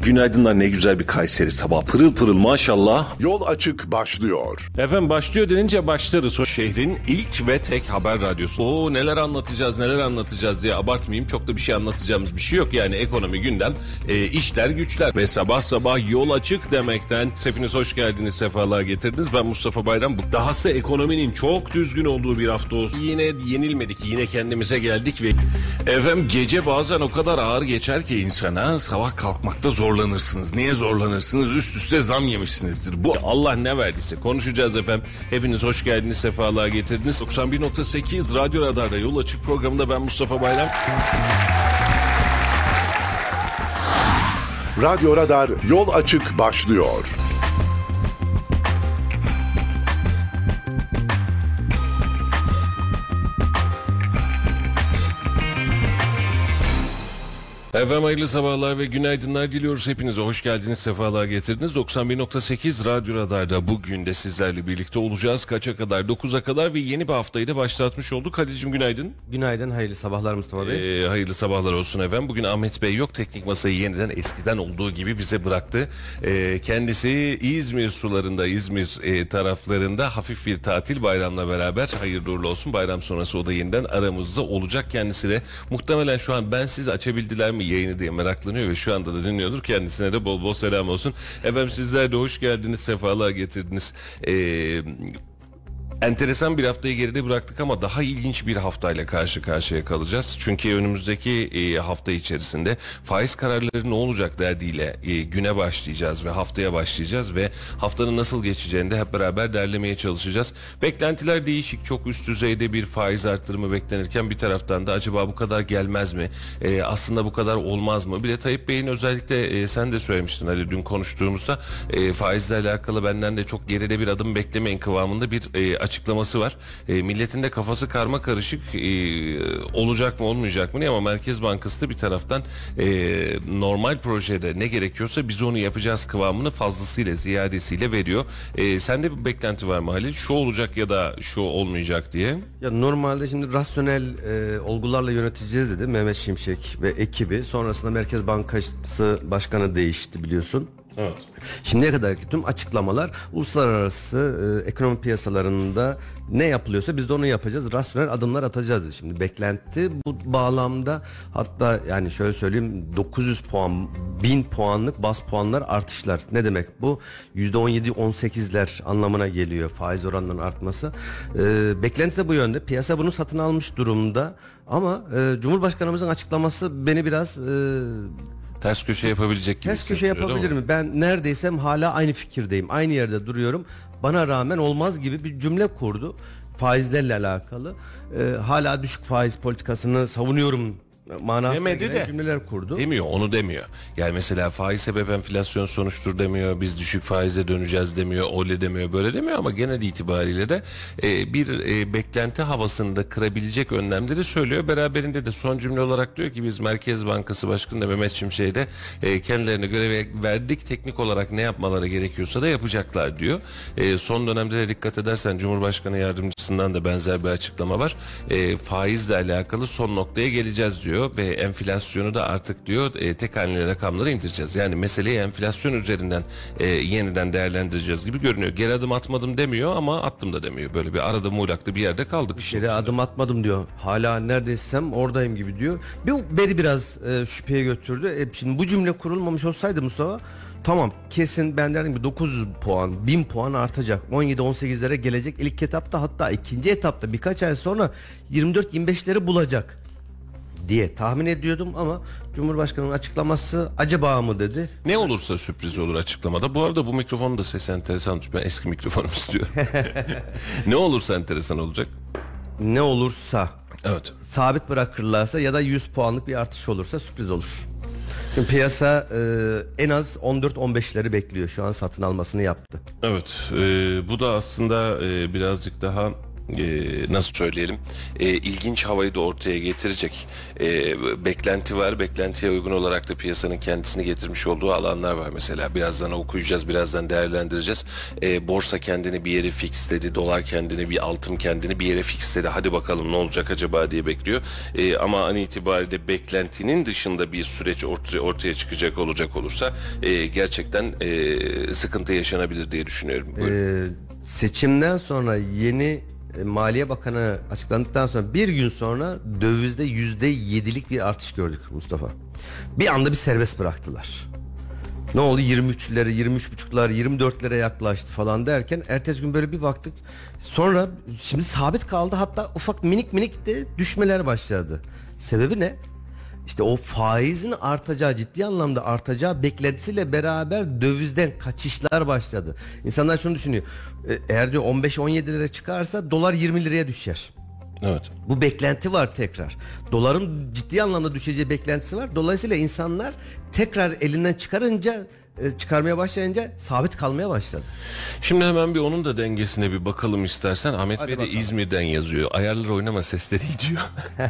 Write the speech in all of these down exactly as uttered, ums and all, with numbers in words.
Günaydınlar, ne güzel bir Kayseri sabah. Pırıl pırıl maşallah. Yol Açık başlıyor. Efendim başlıyor denince başlarız. O Şehrin ilk ve tek haber radyosu. Oo, neler anlatacağız neler anlatacağız diye abartmayayım. Çok da bir şey anlatacağımız bir şey yok. Yani ekonomi, gündem, e, işler güçler. Ve sabah sabah yol açık demekten hepiniz hoş geldiniz, sefalar getirdiniz. Ben Mustafa Bayram. Bu dahası ekonominin çok düzgün olduğu bir hafta olsun. Yine yenilmedik, yine kendimize geldik ve efendim gece bazen o kadar ağır geçer ki insana, sabah kalkmakta zorlanırsınız. Niye zorlanırsınız? Üst üste zam yemişsinizdir. Bu Allah ne verdiyse konuşacağız efendim. Hepiniz hoş geldiniz, sefalar getirdiniz. doksan bir nokta sekiz Radyo Radar'da Yol Açık programında ben Mustafa Bayram. Radyo Radar Yol Açık başlıyor. Efendim hayırlı sabahlar ve günaydınlar diliyoruz. Hepinize hoş geldiniz, sefalar getirdiniz. doksan bir nokta sekiz Radyo Radar'da bugün de sizlerle birlikte olacağız. Kaça kadar? dokuza kadar ve yeni bir haftayı da başlatmış olduk. Halil'cim günaydın. Günaydın, hayırlı sabahlar Mustafa Bey. Ee, hayırlı sabahlar olsun efendim. Bugün Ahmet Bey yok. Teknik masayı yeniden eskiden olduğu gibi bize bıraktı. Ee, kendisi İzmir sularında, İzmir e, taraflarında hafif bir tatil, bayramla beraber. Hayırlı uğurlu olsun. Bayram sonrası o da yeniden aramızda olacak kendisine. Muhtemelen şu an ben siz açabildiler mi yayını diye meraklanıyor ve şu anda da dinliyordur. Kendisine de bol bol selam olsun. Efendim sizler de hoş geldiniz, sefalar getirdiniz. Eee... Enteresan bir haftayı geride bıraktık ama daha ilginç bir haftayla karşı karşıya kalacağız. Çünkü önümüzdeki e, hafta içerisinde faiz kararları ne olacak derdiyle e, güne başlayacağız ve haftaya başlayacağız ve haftanın nasıl geçeceğini de hep beraber derlemeye çalışacağız. Beklentiler değişik, çok üst düzeyde bir faiz arttırımı beklenirken bir taraftan da acaba bu kadar gelmez mi? E, aslında bu kadar olmaz mı? Bir de Tayyip Bey'in özellikle e, sen de söylemiştin Ali dün konuştuğumuzda e, faizle alakalı benden de çok geride bir adım beklemeyin kıvamında bir e, açıklaması var. E, milletin de kafası karma karışık e, olacak mı olmayacak mı ne, ama Merkez Bankası da bir taraftan e, normal projede ne gerekiyorsa biz onu yapacağız kıvamını fazlasıyla ziyadesiyle veriyor. E, sende bir beklenti var mı Halil? Şu olacak ya da şu olmayacak diye. Ya normalde şimdi rasyonel e, olgularla yöneteceğiz dedi Mehmet Şimşek ve ekibi. Sonrasında Merkez Bankası Başkanı değişti biliyorsun. Evet. Şimdiye kadarki tüm açıklamalar uluslararası e, ekonomi piyasalarında ne yapılıyorsa biz de onu yapacağız. Rasyonel adımlar atacağız. Şimdi beklenti bu bağlamda, hatta yani şöyle söyleyeyim, dokuz yüz puan, bin puanlık baz puanlar artışlar. Ne demek bu? yüzde on yedi on sekizler anlamına geliyor faiz oranlarının artması. E, beklenti de bu yönde. Piyasa bunu satın almış durumda. Ama e, Cumhurbaşkanımızın açıklaması beni biraz e, ters köşe yapabilecek gibi. Ters köşe yapabilir mi? Ben neredeysem hala aynı fikirdeyim. Aynı yerde duruyorum. Bana rağmen olmaz gibi bir cümle kurdu. Faizlerle alakalı. Ee, hala düşük faiz politikasını savunuyorum manasına demedi gelen de cümleler kurdu. Demiyor, onu demiyor. Yani mesela faiz sebep enflasyon sonuçtur demiyor. Biz düşük faize döneceğiz demiyor. Öyle demiyor, böyle demiyor ama genel itibariyle de e, bir e, beklenti havasını da kırabilecek önlemleri söylüyor. Beraberinde de son cümle olarak diyor ki biz Merkez Bankası Başkanı da Mehmet Şimşek'e de e, kendilerine görev verdik. Teknik olarak ne yapmaları gerekiyorsa da yapacaklar diyor. E, son dönemde de dikkat edersen Cumhurbaşkanı Yardımcısından da benzer bir açıklama var. E, faizle alakalı son noktaya geleceğiz diyor ve enflasyonu da artık diyor e, tek haneli rakamlara indireceğiz. Yani meseleyi enflasyon üzerinden e, yeniden değerlendireceğiz gibi görünüyor. Geri adım atmadım demiyor ama attım da demiyor. Böyle bir arada muğlakta bir yerde kaldık. Geri adım atmadım diyor. Hala neredeysem oradayım gibi diyor. Bir, beni biraz e, şüpheye götürdü. E, şimdi bu cümle kurulmamış olsaydı Mustafa, tamam kesin ben derdim ki dokuz yüz puan, bin puan artacak. on yedi on sekizlere gelecek ilk etapta, hatta ikinci etapta birkaç ay sonra yirmi dört yirmi beşleri bulacak diye tahmin ediyordum ama Cumhurbaşkanı'nın açıklaması acaba mı dedi. Ne olursa sürpriz olur açıklamada. Bu arada bu mikrofonun da sesi enteresan. Ben eski mikrofonumu istiyorum. Ne olursa enteresan olacak. Ne olursa. Evet. Sabit bırakırlarsa ya da yüz puanlık bir artış olursa sürpriz olur. Şimdi piyasa e, en az on dört on beşleri bekliyor. Şu an satın almasını yaptı. Evet. E, bu da aslında e, birazcık daha e, nasıl söyleyelim e, ilginç havayı da ortaya getirecek e, beklenti var. Beklentiye uygun olarak da piyasanın kendisini getirmiş olduğu alanlar var mesela. Birazdan okuyacağız, birazdan değerlendireceğiz. E, borsa kendini bir yere fixledi, dolar kendini, bir altın kendini bir yere fixledi. Hadi bakalım ne olacak acaba diye bekliyor. E, ama an itibariyle beklentinin dışında bir süreç ortaya, ortaya çıkacak olacak olursa e, gerçekten e, sıkıntı yaşanabilir diye düşünüyorum. Ee, seçimden sonra yeni e, Maliye Bakanı açıklandıktan sonra bir gün sonra dövizde yüzde yedilik bir artış gördük Mustafa. Bir anda bir serbest bıraktılar. Ne oldu? yirmi üçlere, yirmi üç buçuklar, yirmi dörtlere yaklaştı falan derken ertesi gün böyle bir baktık. Sonra şimdi sabit kaldı, hatta ufak minik minik de düşmeler başladı. Sebebi ne? İşte o faizin artacağı, ciddi anlamda artacağı beklentisiyle beraber dövizden kaçışlar başladı. İnsanlar şunu düşünüyor. Eğer diyor on beş on yedi lira çıkarsa dolar yirmi liraya düşer. Evet. Bu beklenti var tekrar. Doların ciddi anlamda düşeceği beklentisi var. Dolayısıyla insanlar tekrar elinden çıkarınca, çıkarmaya başlayınca sabit kalmaya başladı. Şimdi hemen bir onun da dengesine bir bakalım istersen. Ahmet Hadi Bey de bakalım. İzmir'den yazıyor. Ayarlar oynama, sesleri gidiyor.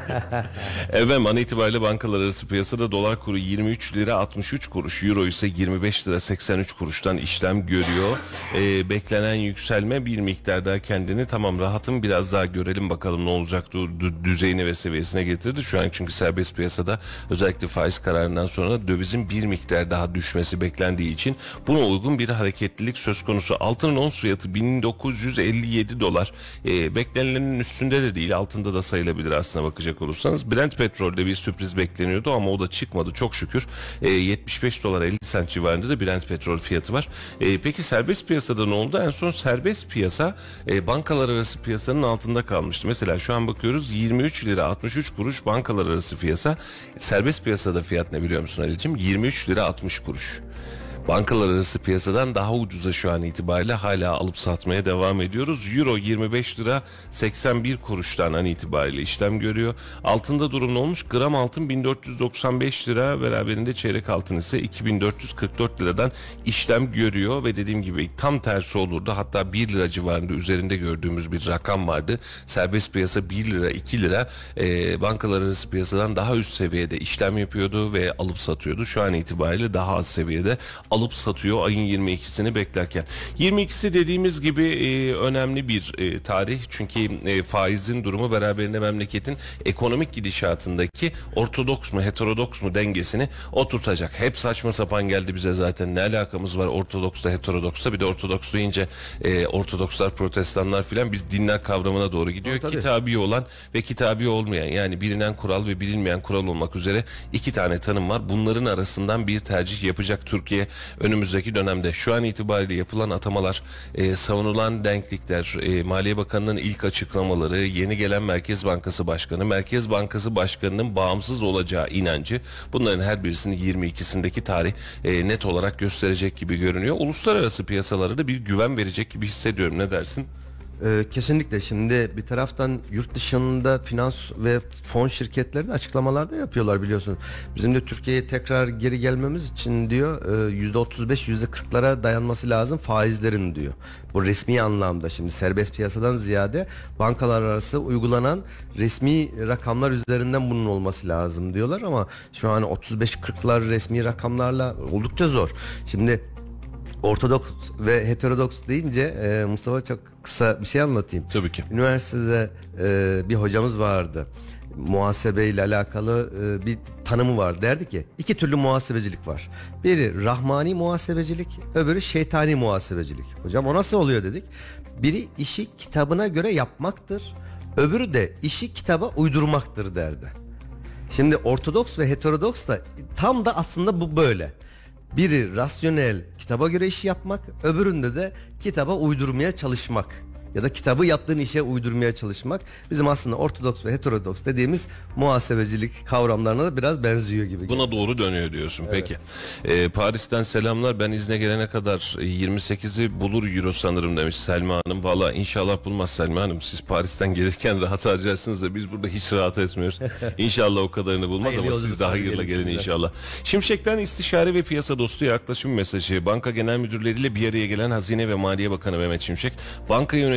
Efendim an itibariyle bankalar arası piyasada dolar kuru yirmi üç lira altmış üç kuruş, euro ise yirmi beş lira seksen üç kuruştan işlem görüyor. Ee, beklenen yükselme bir miktar daha kendini tamam rahatım biraz daha görelim bakalım ne olacak dü- düzeyine ve seviyesine getirdi. Şu an çünkü serbest piyasada özellikle faiz kararından sonra dövizin bir miktar daha düşmesi beklendiği için buna uygun bir hareketlilik söz konusu. Altının ons fiyatı bin dokuz yüz elli yedi dolar. E, beklenilenin üstünde de değil, altında da sayılabilir aslına bakacak olursanız. Brent petrolde bir sürpriz bekleniyordu ama o da çıkmadı çok şükür. E, yetmiş beş dolar elli sent civarında da Brent petrol fiyatı var. E, peki serbest piyasada ne oldu? En son serbest piyasa e, bankalar arası piyasanın altında kalmıştı. Mesela şu an bakıyoruz yirmi üç lira altmış üç kuruş bankalar arası piyasa. Serbest piyasada fiyat ne biliyor musun Ali'cim? yirmi üç lira altmış kuruş. Bankalar arası piyasadan daha ucuza şu an itibariyle hala alıp satmaya devam ediyoruz. Euro yirmi beş lira seksen bir kuruştan an itibariyle işlem görüyor. Altında durum ne olmuş? Gram altın bin dört yüz doksan beş lira, beraberinde çeyrek altın ise iki bin dört yüz kırk dört liradan işlem görüyor ve dediğim gibi tam tersi olurdu. Hatta bir lira civarında üzerinde gördüğümüz bir rakam vardı. Serbest piyasa bir lira iki lira e, bankalar arası piyasadan daha üst seviyede işlem yapıyordu ve alıp satıyordu. Şu an itibariyle daha az seviyede alıp satıyor ayın yirmi ikisini beklerken. yirmi ikisi dediğimiz gibi e, önemli bir e, tarih. Çünkü e, faizin durumu beraberinde memleketin ekonomik gidişatındaki ortodoks mu heterodoks mu dengesini oturtacak. Hep saçma sapan geldi bize zaten. Ne alakamız var ortodoksla heterodoksta? Bir de ortodoks deyince e, ortodokslar, protestanlar filan biz dinler kavramına doğru gidiyor. Tabii. Kitabi olan ve kitabi olmayan, yani bilinen kural ve bilinmeyen kural olmak üzere iki tane tanım var. Bunların arasından bir tercih yapacak Türkiye önümüzdeki dönemde. Şu an itibariyle yapılan atamalar, e, savunulan denklikler, e, Maliye Bakanı'nın ilk açıklamaları, yeni gelen Merkez Bankası Başkanı, Merkez Bankası Başkanı'nın bağımsız olacağı inancı, bunların her birisini yirmi ikisindeki tarih e, net olarak gösterecek gibi görünüyor. Uluslararası piyasalara da bir güven verecek gibi hissediyorum. Ne dersin? Ee, kesinlikle. Şimdi bir taraftan yurt dışında finans ve fon şirketleri de açıklamalar da yapıyorlar biliyorsun. Bizim de Türkiye'ye tekrar geri gelmemiz için diyor yüzde otuz beş yüzde kırklara dayanması lazım faizlerin diyor. Bu resmi anlamda, şimdi serbest piyasadan ziyade bankalar arası uygulanan resmi rakamlar üzerinden bunun olması lazım diyorlar ama şu an otuz beş kırklar resmi rakamlarla oldukça zor. Şimdi Ortodoks ve heterodoks deyince e, Mustafa çok kısa bir şey anlatayım. Tabii ki. Üniversitede e, bir hocamız vardı. Muhasebe ile alakalı e, bir tanımı var. Derdi ki iki türlü muhasebecilik var. Biri rahmani muhasebecilik, öbürü şeytani muhasebecilik. Hocam o nasıl oluyor dedik. Biri işi kitabına göre yapmaktır. Öbürü de işi kitaba uydurmaktır derdi. Şimdi ortodoks ve heterodoks da tam da aslında bu böyle. Biri rasyonel kitaba göre iş yapmak, öbüründe de kitaba uydurmaya çalışmak ya da kitabı yaptığın işe uydurmaya çalışmak. Bizim aslında ortodoks ve heterodoks dediğimiz muhasebecilik kavramlarına da biraz benziyor gibi. Buna doğru dönüyor diyorsun. Evet. Peki. Ee, Paris'ten selamlar. Ben izne gelene kadar yirmi sekizi bulur euro sanırım demiş Selma Hanım. Valla inşallah bulmaz Selma Hanım. Siz Paris'ten gelirken rahat harcarsınız da biz burada hiç rahat etmiyoruz. İnşallah o kadarını bulmaz Hayırlı ama siz de hayırla gelin inşallah. Şimşek'ten istişare ve piyasa dostu yaklaşım mesajı. Banka genel müdürleriyle bir araya gelen Hazine ve Maliye Bakanı Mehmet Şimşek, banka yönetimi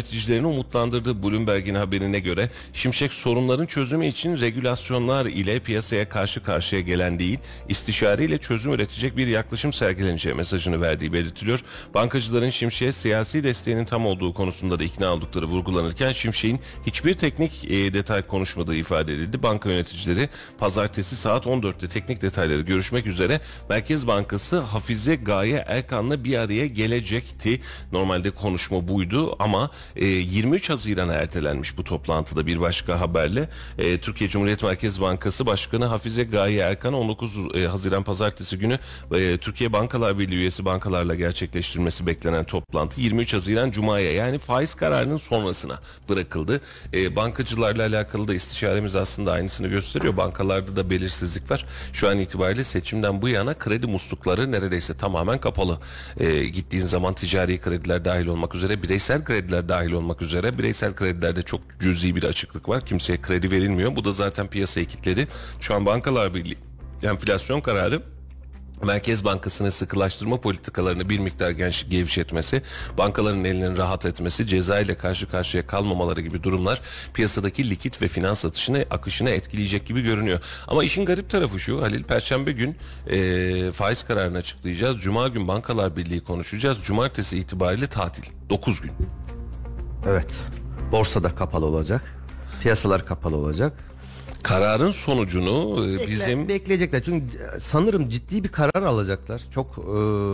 yöneticilerini umutlandırdı. Bloomberg'in haberine göre Şimşek sorunların çözümü için regülasyonlar ile piyasaya karşı karşıya gelen değil, istişareyle çözüm üretecek bir yaklaşım sergileneceği mesajını verdiği belirtiliyor. Bankacıların Şimşek'e siyasi desteğinin tam olduğu konusunda da ikna oldukları vurgulanırken Şimşek'in hiçbir teknik e, detay konuşmadığı ifade edildi. Banka yöneticileri pazartesi saat on dörtte teknik detayları görüşmek üzere Merkez Bankası Hafize Gaye Erkan'la bir araya gelecekti. Normalde konuşma buydu ama e, yirmi üç Haziran'a ertelenmiş bu toplantıda bir başka haberle. E, Türkiye Cumhuriyet Merkez Bankası Başkanı Hafize Gaye Erkan on dokuz Haziran Pazartesi günü e, Türkiye Bankalar Birliği üyesi bankalarla gerçekleştirmesi beklenen toplantı yirmi üç Haziran Cuma'ya, yani faiz kararının sonrasına bırakıldı. E, bankacılarla alakalı da istişaremiz aslında aynısını gösteriyor. Bankalarda da belirsizlik var. Şu an itibariyle seçimden bu yana kredi muslukları neredeyse tamamen kapalı. E, gittiğin zaman ticari krediler dahil olmak üzere, bireysel krediler dahil olmak üzere, bireysel kredilerde çok cüzi bir açıklık var. Kimseye kredi verilmiyor. Bu da zaten piyasayı kilitledi. Şu an Bankalar Birliği enflasyon kararı Merkez Bankası'nın sıkılaştırma politikalarını bir miktar genç gevşetmesi, bankaların elinin rahat etmesi, ceza ile karşı karşıya kalmamaları gibi durumlar piyasadaki likit ve finans atışını, akışını etkileyecek gibi görünüyor. Ama işin garip tarafı şu Halil, Perşembe gün e, faiz kararını açıklayacağız. Cuma gün Bankalar Birliği konuşacağız. Cumartesi itibariyle tatil. dokuz gün. Evet. Borsada kapalı olacak. Piyasalar kapalı olacak. Kararın sonucunu e, Bekle, bizim... bekleyecekler. Çünkü sanırım ciddi bir karar alacaklar. Çok e,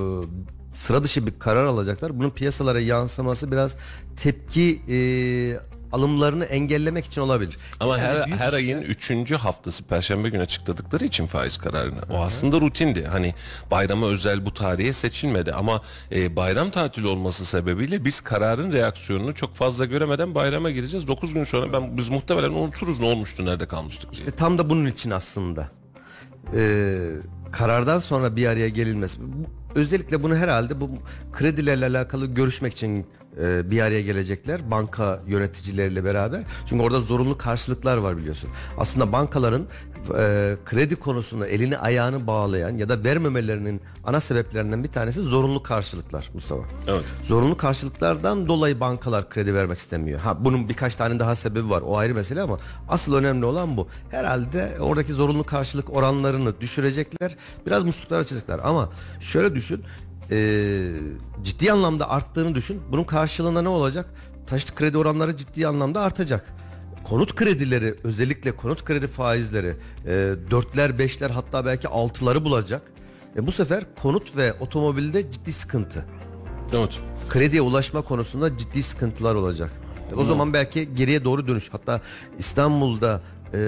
sıra dışı bir karar alacaklar. Bunun piyasalara yansıması biraz tepki e, alımlarını engellemek için olabilir. Ama Yani her, büyük her işler- ayın üçüncü haftası Perşembe günü açıkladıkları için faiz kararını. O aslında rutindi. Hani bayrama özel bu tarihe seçilmedi ama e, bayram tatili olması sebebiyle biz kararın reaksiyonunu çok fazla göremeden bayrama gireceğiz. dokuz gün sonra ben biz muhtemelen unuturuz ne olmuştu, nerede kalmıştık diye. İşte tam da bunun için aslında e, karardan sonra bir araya gelinmesi. Bu- Özellikle bunu herhalde bu kredilerle alakalı görüşmek için e, bir araya gelecekler banka yöneticileriyle beraber. Çünkü orada zorunlu karşılıklar var biliyorsun. Aslında bankaların e, kredi konusunda elini ayağını bağlayan ya da vermemelerinin ana sebeplerinden bir tanesi zorunlu karşılıklar Mustafa. Evet. Zorunlu karşılıklardan dolayı bankalar kredi vermek istemiyor. Ha, bunun birkaç tane daha sebebi var. O ayrı mesele ama asıl önemli olan bu. Herhalde oradaki zorunlu karşılık oranlarını düşürecekler. Biraz musluklar açacaklar. Ama şöyle düşün. E, ciddi anlamda arttığını düşün. Bunun karşılığında ne olacak? Taşıt kredi oranları ciddi anlamda artacak. Konut kredileri, özellikle konut kredi faizleri e, dörtler, beşler, hatta belki altıları bulacak. E, bu sefer konut ve otomobilde ciddi sıkıntı. Evet. Krediye ulaşma konusunda ciddi sıkıntılar olacak. E, o zaman belki geriye doğru dönüş. Hatta İstanbul'da e,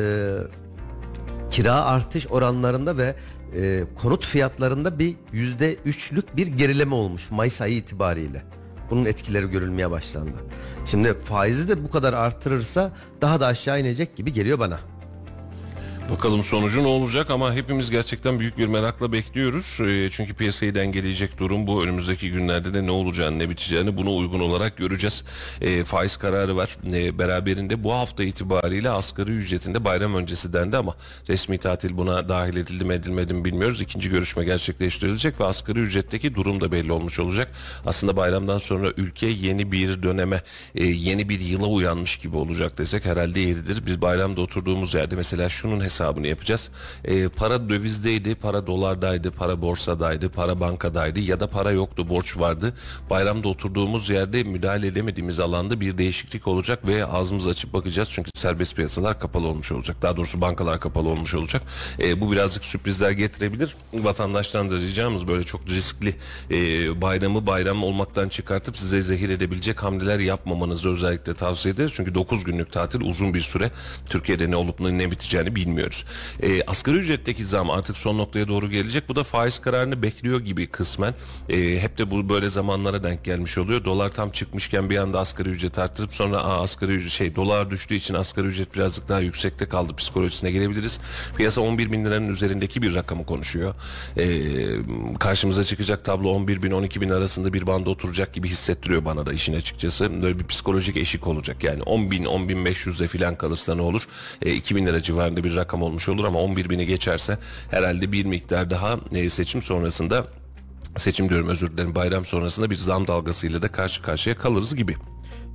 kira artış oranlarında ve e, konut fiyatlarında bir yüzde üçlük bir gerileme olmuş Mayıs ayı itibariyle. Bunun etkileri görülmeye başlandı. Şimdi faizi de bu kadar artırırsa daha da aşağı inecek gibi geliyor bana. Bakalım sonucu ne olacak ama hepimiz gerçekten büyük bir merakla bekliyoruz. E, çünkü piyasayı dengeleyecek durum bu. Önümüzdeki günlerde de ne olacağını, ne biteceğini buna uygun olarak göreceğiz. E, faiz kararı var. E, beraberinde bu hafta itibariyle asgari ücretinde bayram öncesi dendi ama resmi tatil buna dahil edildi mi edilmedi mi bilmiyoruz. İkinci görüşme gerçekleştirilecek ve asgari ücretteki durum da belli olmuş olacak. Aslında bayramdan sonra ülke yeni bir döneme, e, yeni bir yıla uyanmış gibi olacak desek herhalde yeridir. Biz bayramda oturduğumuz yerde mesela şunun hesabını yapacağız. E, para dövizdeydi, para dolardaydı, para borsadaydı, para bankadaydı ya da para yoktu, borç vardı. Bayramda oturduğumuz yerde müdahale edemediğimiz alanda bir değişiklik olacak ve ağzımızı açıp bakacağız. Çünkü serbest piyasalar kapalı olmuş olacak. Daha doğrusu bankalar kapalı olmuş olacak. E, bu birazcık sürprizler getirebilir. Vatandaştan da ricamız böyle çok riskli e, bayramı bayram olmaktan çıkartıp size zehir edebilecek hamleler yapmamanızı özellikle tavsiye ederiz. Çünkü dokuz günlük tatil uzun bir süre. Türkiye'de ne olup ne biteceğini bilmiyoruz. E, asgari ücretteki zam artık son noktaya doğru gelecek. Bu da faiz kararını bekliyor gibi kısmen. E, hep de bu böyle zamanlara denk gelmiş oluyor. Dolar tam çıkmışken bir anda asgari ücret arttırıp sonra aa, asgari ücret şey dolar düştüğü için asgari ücret birazcık daha yüksekte kaldı psikolojisine gelebiliriz. Piyasa on bir bin liranın üzerindeki bir rakamı konuşuyor. E, karşımıza çıkacak tablo on bir bin on iki bin arasında bir banda oturacak gibi hissettiriyor bana da işin açıkçası. Böyle bir psikolojik eşik olacak. Yani on bin on bin beş yüzde filan kalırsa ne olur? E, iki bin lira civarında bir rakam olmuş olur ama on bir bini geçerse herhalde bir miktar daha e, seçim sonrasında seçim diyorum özür dilerim bayram sonrasında bir zam dalgasıyla da karşı karşıya kalırız gibi.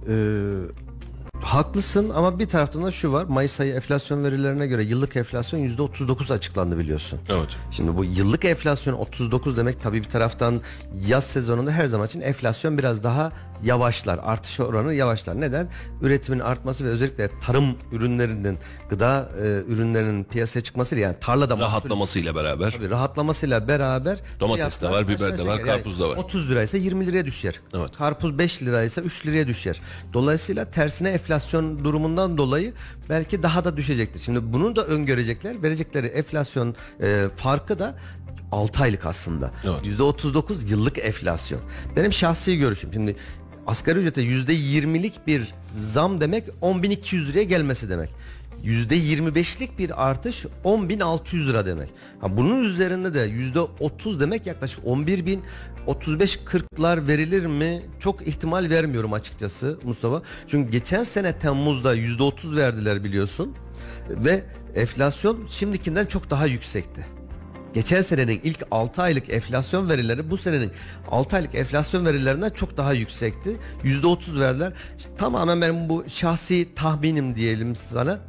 Ee, Haklısın ama bir taraftan da şu var. Mayıs ayı enflasyon verilerine göre yıllık enflasyon yüzde otuz dokuz açıklandı biliyorsun. Evet. Şimdi bu yıllık enflasyon otuz dokuz demek, tabii bir taraftan yaz sezonunda her zaman için enflasyon biraz daha yavaşlar. Artış oranı yavaşlar. Neden? Üretimin artması ve özellikle tarım ürünlerinin, gıda e, ürünlerinin piyasaya çıkmasıyla, yani tarlada mahsul- Rahatlamasıyla beraber. Tabii rahatlamasıyla beraber Domates de fiyatlar var, biber de aşağı var, çeker. karpuz da var. otuz liraysa yirmi liraya düşer. Evet. Karpuz beş liraysa üç liraya düşer. Dolayısıyla tersine enflasyon durumundan dolayı belki daha da düşecektir. Şimdi bunu da öngörecekler. Verecekleri enflasyon e, farkı da altı aylık aslında. Evet. yüzde otuz dokuz yıllık enflasyon. Benim şahsi görüşüm. Şimdi asgari ücrete yüzde yirmilik bir zam demek on bin iki yüz liraya gelmesi demek. yüzde yirmi beşlik bir artış on bin altı yüz lira demek. Ha, bunun üzerinde de yüzde otuz demek yaklaşık on bir bin, otuz beş kırklar verilir mi? Çok ihtimal vermiyorum açıkçası Mustafa. Çünkü geçen sene Temmuz'da yüzde otuz verdiler biliyorsun. Ve enflasyon şimdikinden çok daha yüksekti. Geçen senenin ilk altı aylık enflasyon verileri bu senenin altı aylık enflasyon verilerinden çok daha yüksekti. yüzde otuz verdiler. İşte tamamen benim bu şahsi tahminim diyelim sana.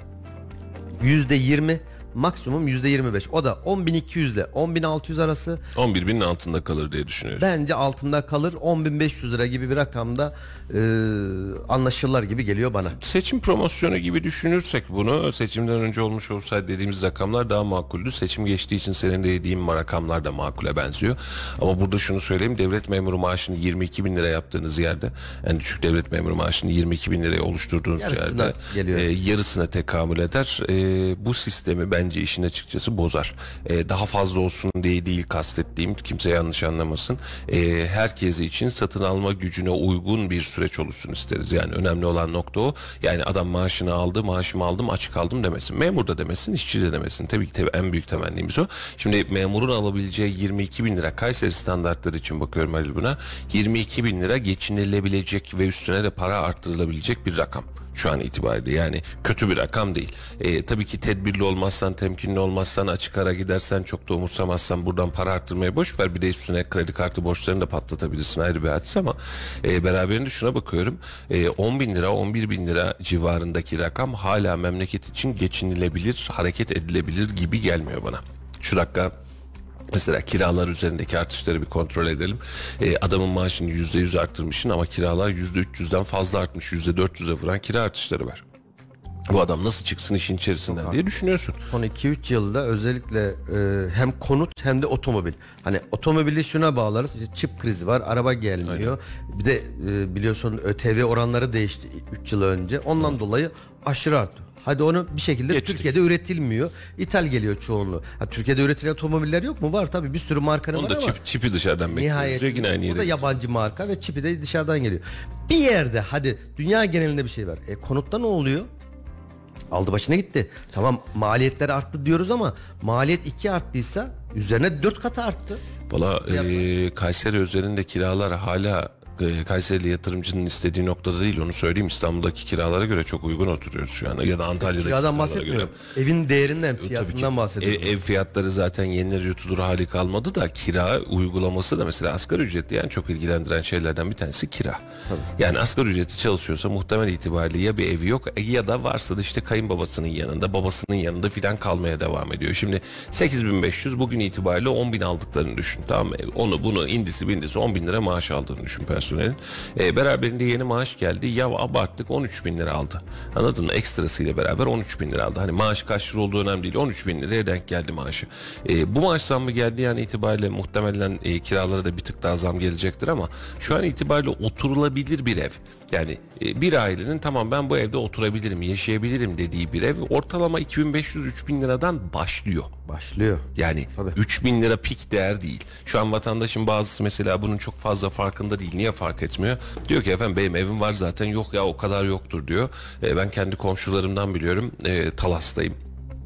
yüzde yirmi, maksimum yüzde yirmi beş. O da on bin iki yüz ile on bin altı yüz arası. on bir binin altında kalır diye düşünüyoruz. Bence altında kalır. on bin beş yüz lira gibi bir rakamda e, anlaşılır gibi geliyor bana. Seçim promosyonu gibi düşünürsek bunu, seçimden önce olmuş olsaydı dediğimiz rakamlar daha makuldü. Seçim geçtiği için senin de dediğin rakamlar da makule benziyor. Ama burada şunu söyleyeyim, devlet memuru maaşını yirmi iki bin lira yaptığınız yerde, en düşük devlet memuru maaşını yirmi iki bin liraya oluşturduğunuz Yarısına yerde geliyor. e, yarısına tekamül eder. E, bu sistemi bence işin açıkçası bozar. E, daha fazla olsun diye değil kastettiğim, kimse yanlış anlamasın. E, herkesi için satın alma gücüne uygun bir süreç oluşsun isteriz. Yani önemli olan nokta o. Yani adam maaşını aldı, maaşımı aldım, açık aldım demesin. Memur da demesin, işçi de demesin. Tabii ki tabii en büyük temennimiz o. Şimdi memurun alabileceği yirmi iki bin lira, Kayseri standartları için bakıyorum Halil buna. yirmi iki bin lira geçinilebilecek ve üstüne de para arttırılabilecek bir rakam. Şu an itibariyle yani kötü bir rakam değil. E, tabii ki tedbirli olmazsan, temkinli olmazsan, açık ara gidersen, çok da umursamazsan buradan para arttırmaya boş ver. Bir de üstüne kredi kartı borçlarını da patlatabilirsin, ayrı bir hadis ama e, beraberinde şuna bakıyorum. E, on bin lira, on bir bin lira civarındaki rakam hala memleket için geçinilebilir, hareket edilebilir gibi gelmiyor bana. Şu dakika mesela kiralar üzerindeki artışları bir kontrol edelim. Ee, adamın maaşını yüzde yüz arttırmışsın ama kiralar yüzde üç yüzden fazla artmış. yüzde dört yüze vuran kira artışları var. Bu adam nasıl çıksın işin içerisinden diye düşünüyorsun. Son iki üç yılda özellikle e, hem konut hem de otomobil. Hani otomobili şuna bağlarız. İşte çip krizi var, araba gelmiyor. Aynen. Bir de e, biliyorsun ÖTV oranları değişti üç yıl önce. Ondan evet. dolayı aşırı arttı. Hadi onu bir şekilde Geçtik. Türkiye'de üretilmiyor. İthal geliyor çoğunluğu. Ha, Türkiye'de üretilen otomobiller yok mu? Var tabii, bir sürü markanın Onu var da ama. Çip, çipi dışarıdan bekliyoruz. Yine aynı o da yabancı marka ve çipi de dışarıdan geliyor. Bir yerde hadi dünya genelinde bir şey var. E, konutta ne oluyor? Aldı başına gitti. Tamam, maliyetler arttı diyoruz ama maliyet iki arttıysa üzerine dört katı arttı. Valla e, Kayseri üzerinde kiralar hala Kayserili yatırımcının istediği noktada değil, onu söyleyeyim. İstanbul'daki kiralara göre çok uygun oturuyoruz şu an, ya da Antalya'daki kiradan bahsetmiyorum. Göre. Evin değerinden, fiyatından bahsediyorum. Ev, ev fiyatları zaten yenilir yutulur hali kalmadı da kira uygulaması da mesela asgari ücretli, yani çok ilgilendiren şeylerden bir tanesi kira. Tabii. Yani asgari ücretli çalışıyorsa muhtemel itibariyle ya bir evi yok ya da varsa da işte kayınbabasının yanında, babasının yanında filan kalmaya devam ediyor. Şimdi sekiz bin beş yüz bugün itibariyle on bin aldıklarını düşün, tamam mı? Onu bunu indisi bindisi on bin lira maaş aldığını düşün personelin. E, beraberinde yeni maaş geldi. Ya abarttık, on üç bin lira aldı. Anladın mı? Ekstrasıyla beraber on üç bin lira aldı. Hani maaş kaç lira olduğu önemli değil. on üç bin liraya denk geldi maaşı. E, bu maaş zammı geldi yani itibariyle muhtemelen e, kiralara da bir tık daha zam gelecektir ama şu an itibariyle oturulabilir bir ev. Yani e, bir ailenin tamam ben bu evde oturabilirim, yaşayabilirim dediği bir ev ortalama iki bin beş yüz üç bin liradan başlıyor. Başlıyor. Yani Tabii. üç bin lira pik değer değil. Şu an vatandaşın bazısı mesela bunun çok fazla farkında değil. Niye fark etmiyor? Diyor ki efendim benim evim var zaten, yok ya o kadar yoktur diyor. E, ben kendi komşularımdan biliyorum. E, Talas'tayım.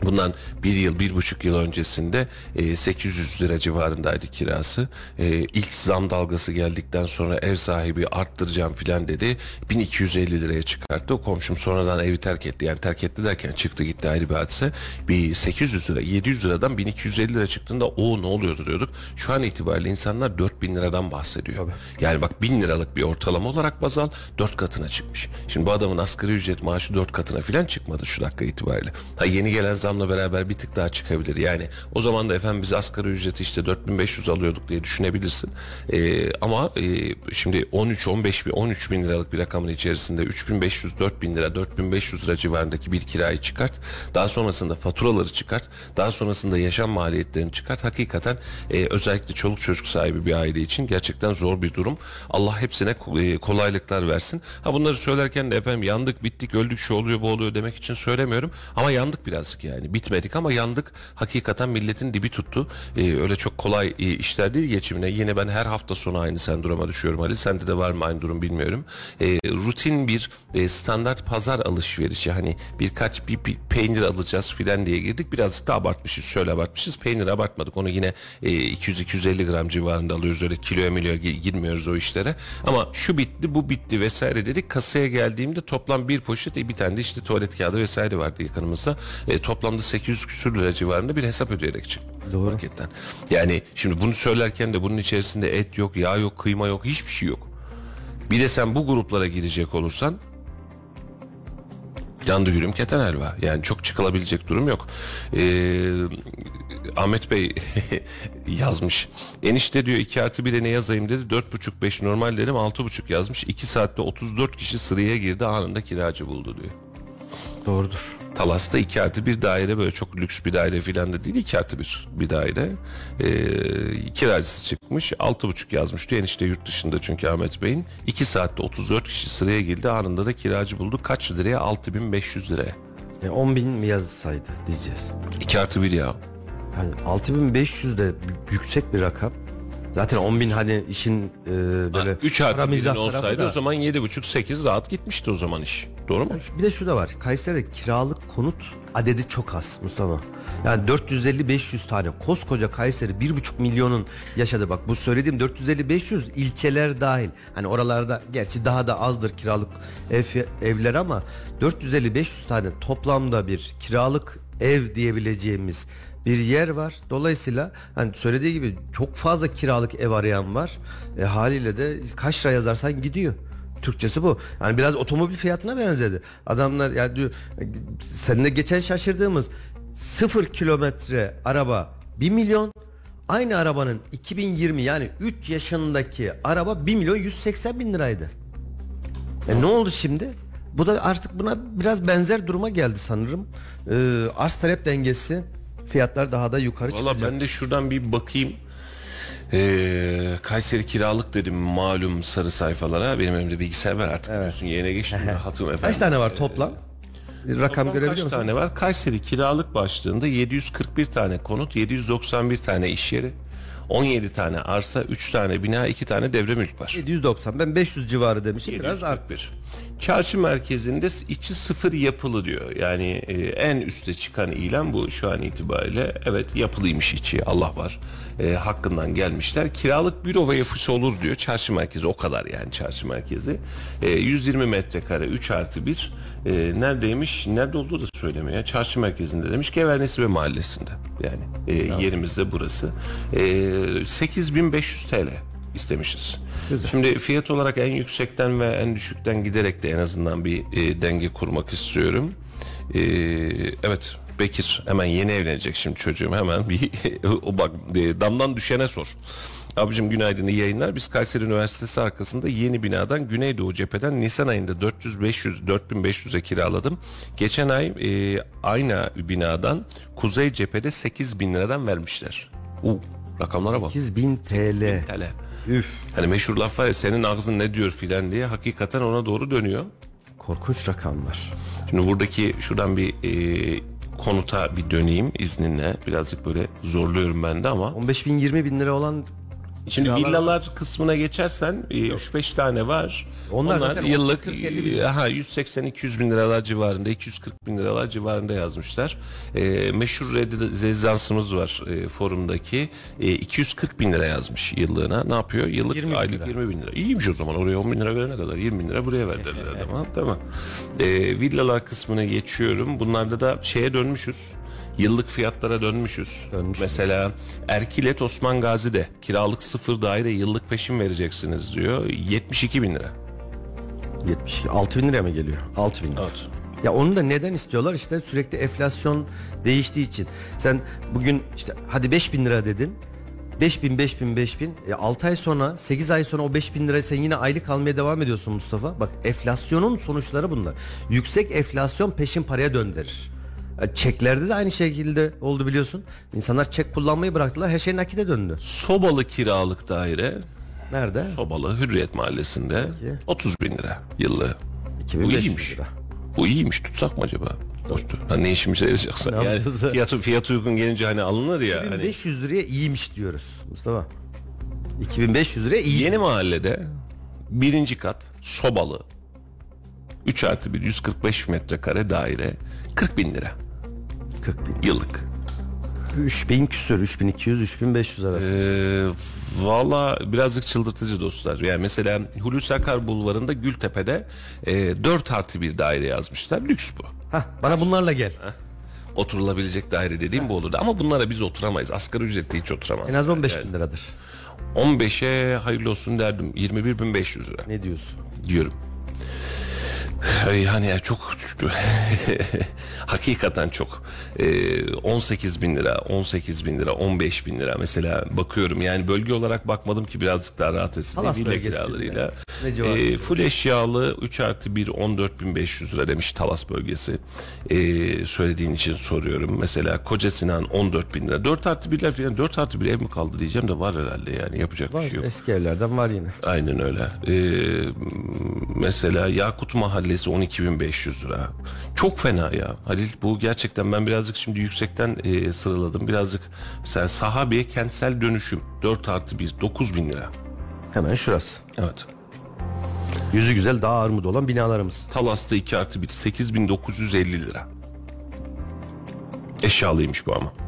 Bundan bir yıl, bir buçuk yıl öncesinde e, sekiz yüz lira civarındaydı kirası. E, ilk zam dalgası geldikten sonra ev sahibi arttıracağım filan dedi. bin iki yüz elli liraya çıkarttı. O komşum sonradan evi terk etti. Yani terk etti derken çıktı gitti, ayrı bir hadise. Bir sekiz yüz lira, yedi yüz liradan bin iki yüz elli lira çıktığında o ne oluyordu diyorduk. Şu an itibariyle insanlar dört bin liradan bahsediyor. Tabii. Yani bak, bin liralık bir ortalama olarak baz al, dört katına çıkmış. Şimdi bu adamın asgari ücret maaşı dört katına filan çıkmadı şu dakika itibariyle. Ha, yeni gelen zamla beraber bir tık daha çıkabilir. Yani o zaman da efendim biz asgari ücreti işte dört bin beş yüz alıyorduk diye düşünebilirsin. Ee, ama e, şimdi on üç on beş bin on üç bin liralık bir rakamın içerisinde üç bin beş yüz dört bin lira dört bin beş yüz lira civarındaki bir kirayı çıkart. Daha sonrasında faturaları çıkart. Daha sonrasında yaşam maliyetlerini çıkart. Hakikaten e, özellikle çoluk çocuk sahibi bir aile için gerçekten zor bir durum. Allah hepsine e, kolaylıklar versin. Ha, bunları söylerken de efendim yandık, bittik, öldük, şu oluyor, bu oluyor demek için söylemiyorum. Ama yandık birazcık yani. Bitmedik ama yandık. Hakikaten milletin dibi tuttu. Ee, öyle çok kolay e, işler değil geçimine. Yine ben her hafta sonu aynı sendroma düşüyorum Ali. Sende de var mı aynı durum bilmiyorum. Ee, rutin bir e, standart pazar alışverişi. Hani birkaç bir, bir peynir alacağız filan diye girdik. Birazcık da abartmışız. Şöyle abartmışız. Peynir abartmadık. Onu yine e, iki yüz iki yüz elli gram civarında alıyoruz. Öyle kiloya milyoya girmiyoruz o işlere. Ama şu bitti, bu bitti vesaire dedik. Kasaya geldiğimde toplam bir poşet, e, bir tane de işte tuvalet kağıdı vesaire vardı yakınımızda. E, toplamda sekiz yüz küsür lira civarında bir hesap ödeyerek çıktım. Doğru. Marketten. Yani şimdi bunu söylerken de bunun içerisinde et yok, yağ yok, kıyma yok, hiçbir şey yok. Bir de sen bu gruplara girecek olursan yandı gülüm keten helva. Yani çok çıkılabilecek durum yok. Ee, Ahmet Bey yazmış. Enişte diyor iki artı bire ne yazayım dedi. Dört buçuk beş normal dedim, altı buçuk yazmış. iki saatte otuz dört kişi sıraya girdi, anında kiracı buldu diyor. Doğrudur. Talas'ta iki artı bir daire, böyle çok lüks bir daire filan da değil, iki artı bir bir daire. Ee, kiracısı çıkmış, altı buçuk yazmış diyor. Enişte yurt dışında çünkü Ahmet Bey'in. iki saatte otuz dört kişi sıraya girdi, anında da kiracı buldu. Kaç liraya? altı bin beş yüz liraya. E, on bin mi yazsaydı diyeceğiz. iki artı bir ya. Yani altı bin beş yüz de yüksek bir rakam. Zaten on bin hani işin e, böyle üç artı birin mizah olsaydı tarafı o zaman yedi buçuk sekiz rahat gitmişti o zaman iş. Doğru mu? Bir de şu da var. Kayseri'de kiralık konut adedi çok az Mustafa. Yani dört yüz elli beş yüz tane, koskoca Kayseri bir buçuk milyonun yaşadı. Bak bu söylediğim dört yüz elli beş yüz ilçeler dahil. Hani oralarda gerçi daha da azdır kiralık ev, evler ama dört yüz elli beş yüz tane toplamda bir kiralık ev diyebileceğimiz bir yer var. Dolayısıyla hani söylediği gibi çok fazla kiralık ev arayan var. E, haliyle de kaç lira yazarsan gidiyor. Türkçesi bu. Yani biraz otomobil fiyatına benzedi. Adamlar yani diyor, seninle geçen şaşırdığımız sıfır kilometre araba bir milyon. Aynı arabanın iki bin yirmi yani üç yaşındaki araba bir milyon yüz seksen bin liraydı. E ne oldu şimdi? Bu da artık buna biraz benzer duruma geldi sanırım. Ee, arz talep dengesi, fiyatlar daha da yukarı Valla çıkacak. ben de şuradan bir bakayım. Ee, Kayseri kiralık dedim malum sarı sayfalara. Benim elimde bilgisayar var artık. Evet. Yayına geçtim. Rahatım efendim. Kaç tane var toplam? Bir rakam Toplam görebiliyor kaç musun? tane var? Kayseri kiralık başlığında yedi yüz kırk bir tane konut, yedi yüz doksan bir tane iş yeri, on yedi tane arsa, üç tane bina, iki tane devre mülk var. yedi yüz doksan. Ben beş yüz civarı demişim. Biraz arttı. yedi yüz kırk bir. Çarşı merkezinde içi sıfır yapılı diyor. Yani e, en üste çıkan ilan bu şu an itibariyle. Evet, yapılıymış içi, Allah var. E, hakkından gelmişler. Kiralık büro ve ofisi olur diyor. Çarşı merkezi o kadar yani çarşı merkezi. E, yüz yirmi metrekare üç artı bir. E, neredeymiş? Nerede olduğu da söylemiyor. Çarşı merkezinde demiş. Gevernesibe mahallesinde. Yani e, tamam. Yerimizde burası. E, sekiz bin beş yüz TL istemişiz. Güzel. Şimdi fiyat olarak en yüksekten ve en düşükten giderek de en azından bir e, denge kurmak istiyorum. E, evet Bekir hemen yeni evlenecek şimdi çocuğum, hemen bir o bak e, damdan düşene sor. Abicim günaydın, iyi yayınlar. Biz Kayseri Üniversitesi arkasında yeni binadan Güneydoğu cepheden Nisan ayında dört yüz beş yüz dört bin beş yüze kiraladım. Geçen ay e, aynı binadan Kuzey cephede sekiz bin liradan vermişler. Uh, rakamlara bak. sekiz bin TL. Üf. Hani meşhur laf var ya, senin ağzın ne diyor filan diye, hakikaten ona doğru dönüyor. Korkunç rakamlar. Şimdi buradaki şuradan bir e, konuta bir döneyim izninle. Birazcık böyle zorluyorum ben de ama. on beş bin yirmi bin lira olan Şimdi Kiralar villalar kısmına geçersen e, üç beş tane var. Onlar zaten yıllık otuz kırk elli bin. e, aha, yüz seksen iki yüz bin liralar civarında, iki yüz kırk bin liralar civarında yazmışlar. E, meşhur rezidansımız var e, forumdaki. E, iki yüz kırk bin lira yazmış yıllığına. Ne yapıyor? Yıllık yirmi bin aylık lira. yirmi bin lira. İyiymiş o zaman. Oraya on bin lira verene kadar yirmi bin lira buraya verdiler adama. Tamam. E, villalar kısmına geçiyorum. Bunlarda da şeye dönmüşüz. Yıllık fiyatlara dönmüşüz. Dönmüşüz. Mesela Erkilet Osman Gazi'de kiralık sıfır daire yıllık peşin vereceksiniz diyor. yetmiş iki bin lira. yetmiş iki, altı bin liraya mı geliyor? altı bin lira. Evet. Ya onu da neden istiyorlar? İşte sürekli enflasyon değiştiği için. Sen bugün işte hadi beş bin lira dedin. beş bin, beş bin, beş bin. E altı ay sonra, sekiz ay sonra o beş bin lirayı sen yine aylık almaya devam ediyorsun Mustafa. Bak, enflasyonun sonuçları bunlar. Yüksek enflasyon peşin paraya döndürür. E, Çeklerde de aynı şekilde oldu biliyorsun. İnsanlar çek kullanmayı bıraktılar. Her şey nakite döndü. Sobalı kiralık daire, Nerede? Sobalı Hürriyet Mahallesi'nde Peki. otuz bin lira yıllığı. iki bin Bu beş yüz iyiymiş. lira. Bu iyiymiş, tutsak mı acaba? Boştu. Ha, ne işimize yarayacaksa. Ne Yani yapacağız? fiyatı, fiyatı uygun gelince hani alınır ya. Hani. iki bin beş yüz liraya iyiymiş diyoruz Mustafa. iki bin beş yüz liraya iyi. Yeni mahallede birinci kat sobalı üç artı bir yüz kırk beş metrekare daire kırk bin lira kırk bin. yıllık. üç bin küsür, üç bin iki yüz, üç bin beş yüz arası. Ee, Valla birazcık çıldırtıcı dostlar. Yani mesela Hulusi Akar Bulvarı'nda Gültepe'de e, dört artı bir daire yazmışlar. Lüks bu. Hah, bana bunlarla gel. Oturulabilecek daire dediğim bu olurdu. Ama bunlara biz oturamayız. Asgari ücretli hiç oturamaz. En az on beş Yani bin liradır. on beşe hayırlı olsun derdim. yirmi bir bin beş yüz lira Ne diyorsun? diyorum. Yani çok hakikaten çok. Ee, on sekiz bin lira, on sekiz bin lira, on beş bin lira mesela bakıyorum. Yani bölge olarak bakmadım ki birazcık daha rahat etsin. Talas Villa bölgesinde. kiralarıyla. Ne civarında? Ee, full eşyalı üç artı bir on dört bin beş yüz lira demiş Talas bölgesi. Ee, söylediğin için soruyorum. Mesela Koca Sinan on dört bin lira. dört artı birler falan, dört artı bir ev mi kaldı diyeceğim de var herhalde yani yapacak Var, bir şey yok. eski evlerden var yine. Aynen öyle. Ee, mesela Yakut Mahallesi on iki bin beş yüz lira. Çok fena ya. Halil, bu gerçekten ben birazcık şimdi yüksekten e, sıraladım. Birazcık mesela Sahabiye Kentsel Dönüşüm dört artı bir dokuz bin lira. Hemen şurası. Evet. Yüzü güzel, daha armut olan binalarımız. Talas'ta iki artı bir sekiz bin dokuz yüz elli lira. Eşyalıymış bu ama.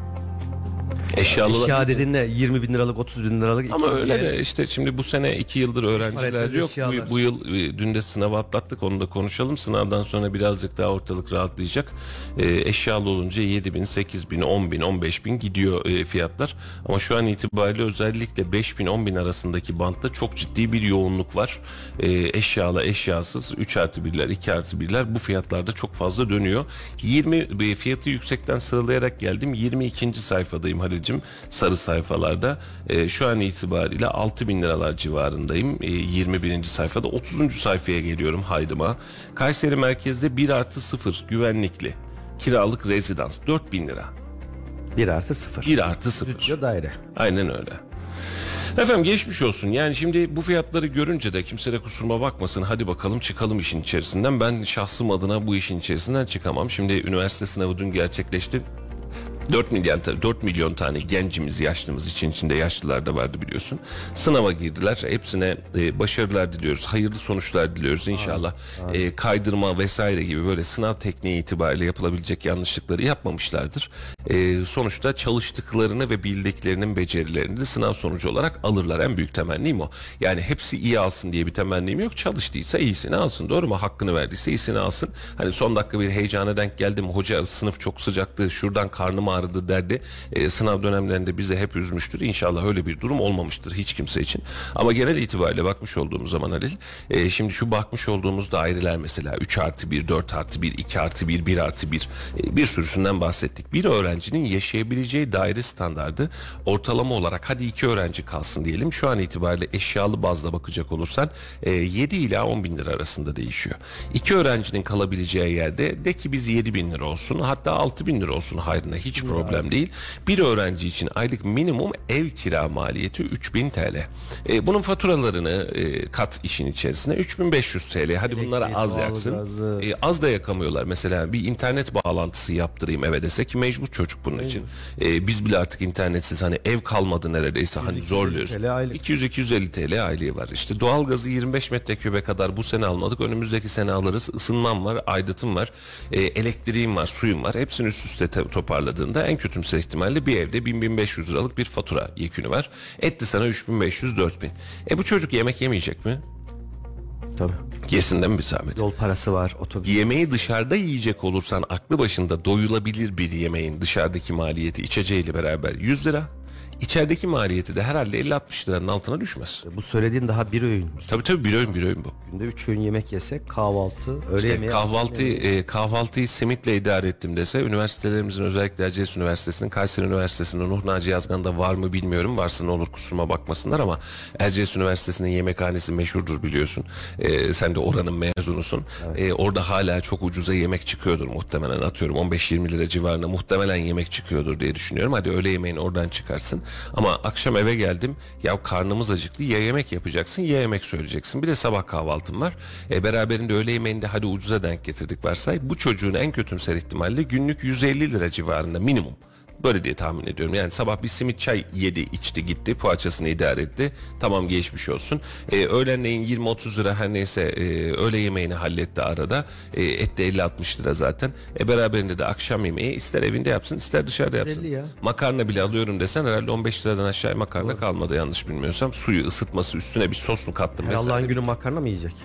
Eşyalı Eşya dediğinde yirmi bin liralık, otuz bin liralık. ama iki- öyle iki- de işte şimdi bu sene iki yıldır öğrenciler etmez yok. eşyalar. Bu, bu yıl e, dün de sınavı atlattık, onu da konuşalım. Sınavdan sonra birazcık daha ortalık rahatlayacak. E, eşyalı olunca yedi bin, sekiz bin, on bin, on beş bin gidiyor e, fiyatlar. Ama şu an itibariyle özellikle beş bin on bin arasındaki bantta çok ciddi bir yoğunluk var. E, eşyalı, eşyasız, üç artı birler, iki artı birler bu fiyatlarda çok fazla dönüyor. yirmi e, fiyatı yüksekten sıralayarak geldim. yirmi ikinci sayfadayım Halil'cim. Sarı sayfalarda. E, şu an itibariyle altı bin liralar civarındayım. E, yirmi birinci sayfada. otuzuncu sayfaya geliyorum haydıma. Kayseri merkezde bir artı sıfır güvenlikli kiralık rezidans dört bin lira. bir artı sıfır. bir artı sıfır. Stüdyo daire. Aynen öyle. Efendim geçmiş olsun. Yani şimdi bu fiyatları görünce de kimse de kusuruma bakmasın. Hadi bakalım çıkalım işin içerisinden. Ben şahsım adına bu işin içerisinden çıkamam. Şimdi üniversite sınavı dün gerçekleşti. dört milyon, dört milyon tane gencimiz, yaşlımız, için içinde yaşlılar da vardı biliyorsun. Sınava girdiler. Hepsine e, başarılar diliyoruz. Hayırlı sonuçlar diliyoruz inşallah. E, kaydırma vesaire gibi böyle sınav tekniği itibariyle yapılabilecek yanlışlıkları yapmamışlardır. E, sonuçta çalıştıklarını ve bildiklerinin becerilerini de sınav sonucu olarak alırlar. En büyük temennim o. Yani hepsi iyi alsın diye bir temennim yok. Çalıştıysa iyisini alsın. Doğru mu? Hakkını verdiyse iyisini alsın. Hani son dakika bir heyecana denk geldim. Hoca sınıf çok sıcaktı. Şuradan karnım ağrıdı derdi. E, sınav dönemlerinde bizi hep üzmüştür. İnşallah öyle bir durum olmamıştır hiç kimse için. Ama genel itibariyle bakmış olduğumuz zaman Halil, e, şimdi şu bakmış olduğumuz daireler mesela üç artı bir, dört artı bir, iki artı bir, bir artı bir e, bir sürüsünden bahsettik. Bir öğrencinin yaşayabileceği daire standardı ortalama olarak hadi iki öğrenci kalsın diyelim. Şu an itibariyle eşyalı bazda bakacak olursan e, yedi ila on bin lira arasında değişiyor. İki öğrencinin kalabileceği yerde de ki biz yedi bin lira olsun, hatta altı bin lira olsun hayrına, hiç problem değil. Bir öğrenci için aylık minimum ev kira maliyeti üç bin T L. E, bunun faturalarını e, kat işin içerisine üç bin beş yüz T L. Hadi bunlara az yaksın. E, az da yakamıyorlar. Mesela bir internet bağlantısı yaptırayım eve dese ki mecbur çocuk bunun için. E, biz bile artık internetsiz hani ev kalmadı neredeyse hani zorluyoruz. iki yüz iki yüz elli T L aylığı var. İşte doğalgazı yirmi beş metrekübe kadar bu sene almadık. Önümüzdeki sene alırız. Isınmam var, aidatım var, e, elektriğim var, suyum var. Hepsini üst üste te- toparladığında en kötümser ihtimalle bir evde bin bin beş yüz liralık bir fatura yekünü var. Etti sana üç bin beş yüz dört bin. E bu çocuk yemek yemeyecek mi? Tabii. Yesin de mi bir zahmet? Yol parası var, otobüs. Yemeği dışarıda yiyecek olursan aklı başında doyulabilir bir yemeğin dışarıdaki maliyeti içeceğiyle beraber yüz lira. İçerideki maliyeti de herhalde elli altmış liranın altına düşmez. Bu söylediğin daha bir öğün. Tabii tabii bir öğün bir öğün bu. Günde üç öğün yemek yesek kahvaltı, öğle İşte yemeği. kahvaltı e, kahvaltıyı simitle idare ettim dese üniversitelerimizin özellikle Erciyes Üniversitesi'nin, Kayseri Üniversitesi'nin, Nuh Naci Yazgan'da var mı bilmiyorum. Varsa ne olur kusuruma bakmasınlar ama Erciyes Üniversitesi'nin yemekhanesi meşhurdur biliyorsun. E, sen de oranın mezunusun. Evet. E, orada hala çok ucuza yemek çıkıyordur muhtemelen, atıyorum on beş yirmi lira civarında muhtemelen yemek çıkıyordur diye düşünüyorum. Hadi öğle yemeğini oradan çıkarsın. Ama akşam eve geldim, ya karnımız acıktı, ya yemek yapacaksın ya yemek söyleyeceksin. Bir de sabah kahvaltım var. E, beraberinde öğle yemeğini de hadi ucuza denk getirdik varsay. Bu çocuğun en kötümser ihtimalle günlük yüz elli lira civarında minimum. Böyle diye tahmin ediyorum. Yani sabah bir simit çay yedi, içti, gitti, poğaçasını idare etti. Tamam, geçmiş olsun. Ee, öğlenleyin yirmi otuz lira her neyse e, öğle yemeğini halletti arada. E, et de elli altmış lira zaten. E, beraberinde de akşam yemeği ister evinde yapsın ister dışarıda yapsın. Ya. Makarna bile alıyorum desen herhalde on beş liradan aşağıya makarna Doğru. kalmadı yanlış bilmiyorsam. Suyu ısıtması, üstüne bir sos mu kattım? Her Allah'ın günü makarna mı yiyecek?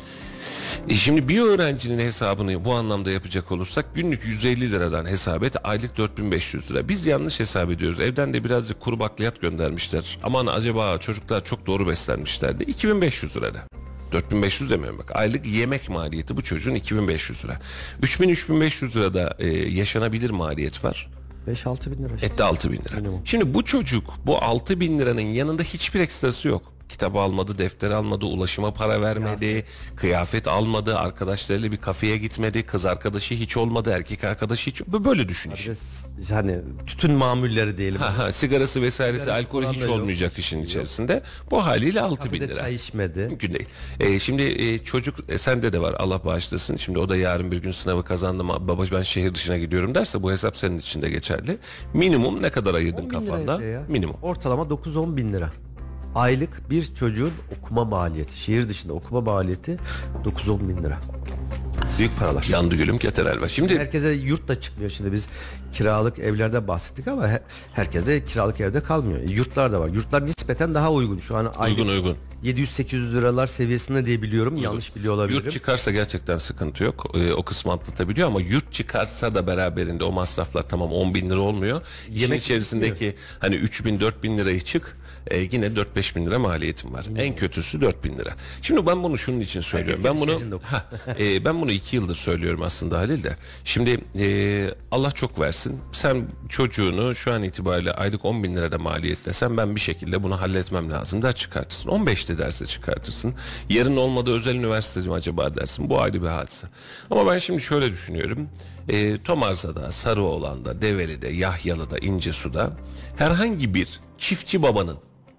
E şimdi bir öğrencinin hesabını bu anlamda yapacak olursak günlük yüz elli liradan hesap et, aylık dört bin beş yüz lira. Biz yanlış hesap ediyoruz. Evden de birazcık kuru bakliyat göndermişler. Aman acaba çocuklar çok doğru beslenmişler de iki bin beş yüz lirada. dört bin beş yüz demiyorum bak. Aylık yemek maliyeti bu çocuğun iki bin beş yüz lira. üç bin üç bin beş yüz lirada e, yaşanabilir maliyet var. beş altı bin lira işte. Etti altı bin lira. Minimum. Şimdi bu çocuk bu altı bin liranın yanında hiçbir ekstrası yok. Kitabı almadı, defter almadı, ulaşıma para vermedi, kıyafet, kıyafet almadı, arkadaşlarıyla bir kafeye gitmedi, kız arkadaşı hiç olmadı, erkek arkadaşı hiç, böyle düşün iş. Yani tütün mamulleri diyelim. Ha, ha, sigarası vesairesi, Sigarası alkolü hiç olmayacak yok. işin içerisinde. Bu haliyle altı bin lira. Çay içmedi. Mümkün değil. Ee, şimdi e, çocuk e, sende de var, Allah bağışlasın. Şimdi o da yarın bir gün sınavı kazandım, baba ben şehir dışına gidiyorum derse bu hesap senin için de geçerli. Minimum ne kadar ayırdın kafanda? Minimum. Ortalama dokuz on bin lira. Aylık bir çocuğun okuma maliyeti, şehir dışında okuma maliyeti dokuz on bin lira. Büyük paralar. Yandı gülüm keter elbet. Şimdi herkese yurt da çıkmıyor. Şimdi biz kiralık evlerde bahsettik ama he, herkese kiralık evde kalmıyor. E, yurtlar da var. Yurtlar nispeten daha uygun. Şu an aylık uygun uygun. yedi yüz sekiz yüz liralar seviyesinde diye biliyorum. Uygun. Yanlış biliyor olabilirim. Yurt çıkarsa gerçekten sıkıntı yok. E, o kısmı atlatabiliyor ama yurt çıkarsa da beraberinde o masraflar tamam on bin lira olmuyor. Yemek İşin içerisindeki çıkmıyor. Hani üç bin dört bin lirayı çık. E, yine dört beş bin lira maliyetim var. Hmm. En kötüsü dört bin lira. Şimdi ben bunu şunun için söylüyorum. Ben bunu ha, e, ben bunu iki yıldır söylüyorum aslında Halil de. Şimdi e, Allah çok versin. Sen çocuğunu şu an itibariyle aylık on bin lirada maliyetlesen ben bir şekilde bunu halletmem lazım der çıkartırsın. on beşte derse çıkartırsın. Yarın olmadı özel üniversiteci mi acaba dersin. Bu ayrı bir hadise. Ama ben şimdi şöyle düşünüyorum. E, Tomarza'da, Sarıoğlan'da, Develi'de, Yahyalı'da, İncesu'da herhangi bir çiftçi babanın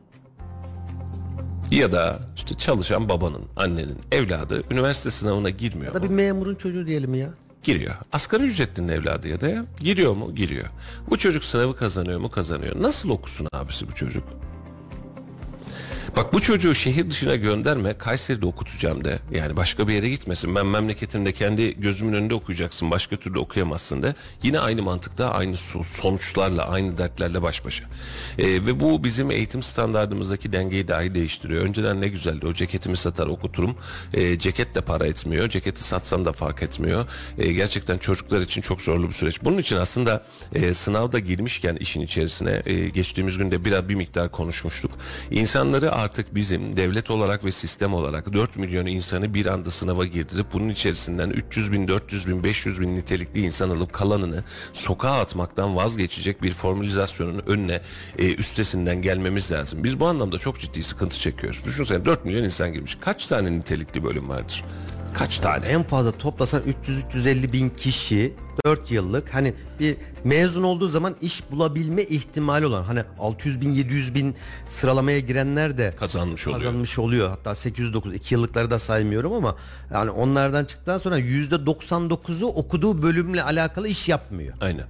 ya da işte çalışan babanın, annenin evladı üniversite sınavına girmiyor. Ya da bir memurun çocuğu diyelim ya. Giriyor. Asgari ücretlinin evladı ya da ya. Giriyor mu? Giriyor. Bu çocuk sınavı kazanıyor mu? Kazanıyor. Nasıl okusun abisi bu çocuk? Bak bu çocuğu şehir dışına gönderme, Kayseri'de okutacağım de. Yani başka bir yere gitmesin. Ben memleketimde kendi gözümün önünde okuyacaksın. Başka türlü okuyamazsın de. Yine aynı mantıkta, aynı sonuçlarla, aynı dertlerle baş başa. Ee, ve bu bizim eğitim standartımızdaki dengeyi dahi değiştiriyor. Önceden ne güzeldi. O ceketimi satar okuturum. Ee, ceket de para etmiyor. Ceketi satsan da fark etmiyor. Ee, gerçekten çocuklar için çok zorlu bir süreç. Bunun için aslında e, sınavda girmişken işin içerisine e, geçtiğimiz günde biraz bir miktar konuşmuştuk. İnsanları artık bizim devlet olarak ve sistem olarak dört milyon insanı bir anda sınava girdirip bunun içerisinden üç yüz bin, dört yüz bin, beş yüz bin nitelikli insan alıp kalanını sokağa atmaktan vazgeçecek bir formülizasyonun önüne e, üstesinden gelmemiz lazım. Biz bu anlamda çok ciddi sıkıntı çekiyoruz. Düşünsene dört milyon insan girmiş. Kaç tane nitelikli bölüm vardır? Kaç tane? En fazla toplasan üç yüz üç yüz elli bin kişi dört yıllık hani bir mezun olduğu zaman iş bulabilme ihtimali olan hani altı yüz bin yedi yüz bin sıralamaya girenler de Kazanmış oluyor. kazanmış oluyor. Hatta sekiz yüz dokuz iki yıllıkları da saymıyorum ama yani onlardan çıktıktan sonra yüzde doksan dokuzu okuduğu bölümle alakalı iş yapmıyor. Aynen.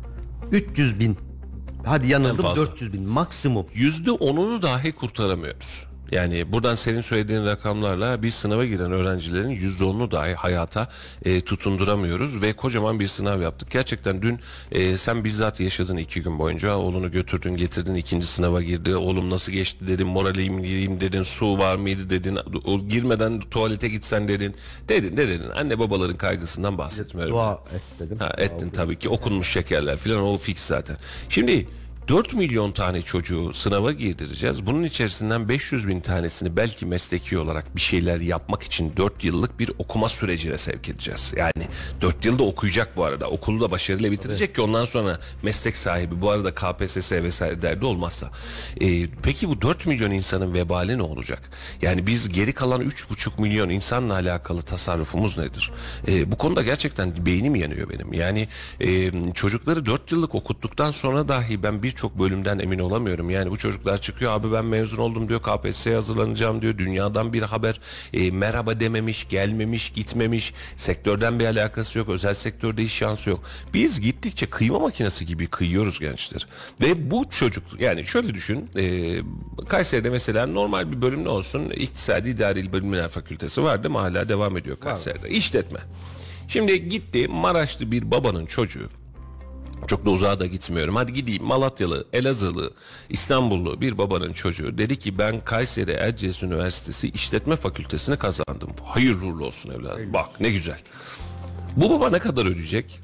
üç yüz bin hadi En yanıldım fazla. dört yüz bin maksimum. Yüzde onunu dahi kurtaramıyoruz. Yani buradan senin söylediğin rakamlarla bir sınava giren öğrencilerin yüzde onunu dahi hayata e, tutunduramıyoruz ve kocaman bir sınav yaptık. Gerçekten dün e, sen bizzat yaşadın iki gün boyunca, oğlunu götürdün getirdin, ikinci sınava girdi, oğlum nasıl geçti dedin, moralim iyiyim dedin, su var mıydı dedin, o, girmeden tuvalete gitsen dedin, dedin de dedin. Anne babaların kaygısından bahsetmiyorum. Dua et dedim. Ha, ettin tabii ki, okunmuş şekerler filan, o fix zaten. Şimdi dört milyon tane çocuğu sınava girdireceğiz. Bunun içerisinden beş yüz bin tanesini belki mesleki olarak bir şeyler yapmak için dört yıllık bir okuma sürecine sevk edeceğiz. Yani dört yılda okuyacak bu arada. Okulu da başarıyla bitirecek evet. ki ondan sonra meslek sahibi, bu arada K P S S vesaire derdi olmazsa. Ee, peki bu dört milyon insanın vebali ne olacak? Yani biz geri kalan üç buçuk milyon insanla alakalı tasarrufumuz nedir? Ee, bu konuda gerçekten beynim yanıyor benim. Yani e, çocukları dört yıllık okuttuktan sonra dahi ben bir Birçok bölümden emin olamıyorum. Yani bu çocuklar çıkıyor, abi ben mezun oldum diyor, K P S S'ye hazırlanacağım diyor, dünyadan bir haber, e, merhaba dememiş, gelmemiş, gitmemiş, sektörden bir alakası yok, özel sektörde iş şansı yok. Biz gittikçe kıyma makinesi gibi kıyıyoruz gençler. Ve bu çocuk, yani şöyle düşün, e, Kayseri'de mesela normal bir bölüm ne olsun, İktisadi İdari Bilimler Fakültesi var değil mi? Hala devam ediyor Kayseri'de. İşletme. Şimdi gitti Maraşlı bir babanın çocuğu, çok da uzağa da gitmiyorum, hadi gideyim Malatyalı, Elazığlı, İstanbullu bir babanın çocuğu dedi ki ben Kayseri Erciyes Üniversitesi İşletme Fakültesini kazandım. Hayırlı uğurlu olsun evladım. Hayırlı. Bak ne güzel. Bu baba ne kadar ödeyecek?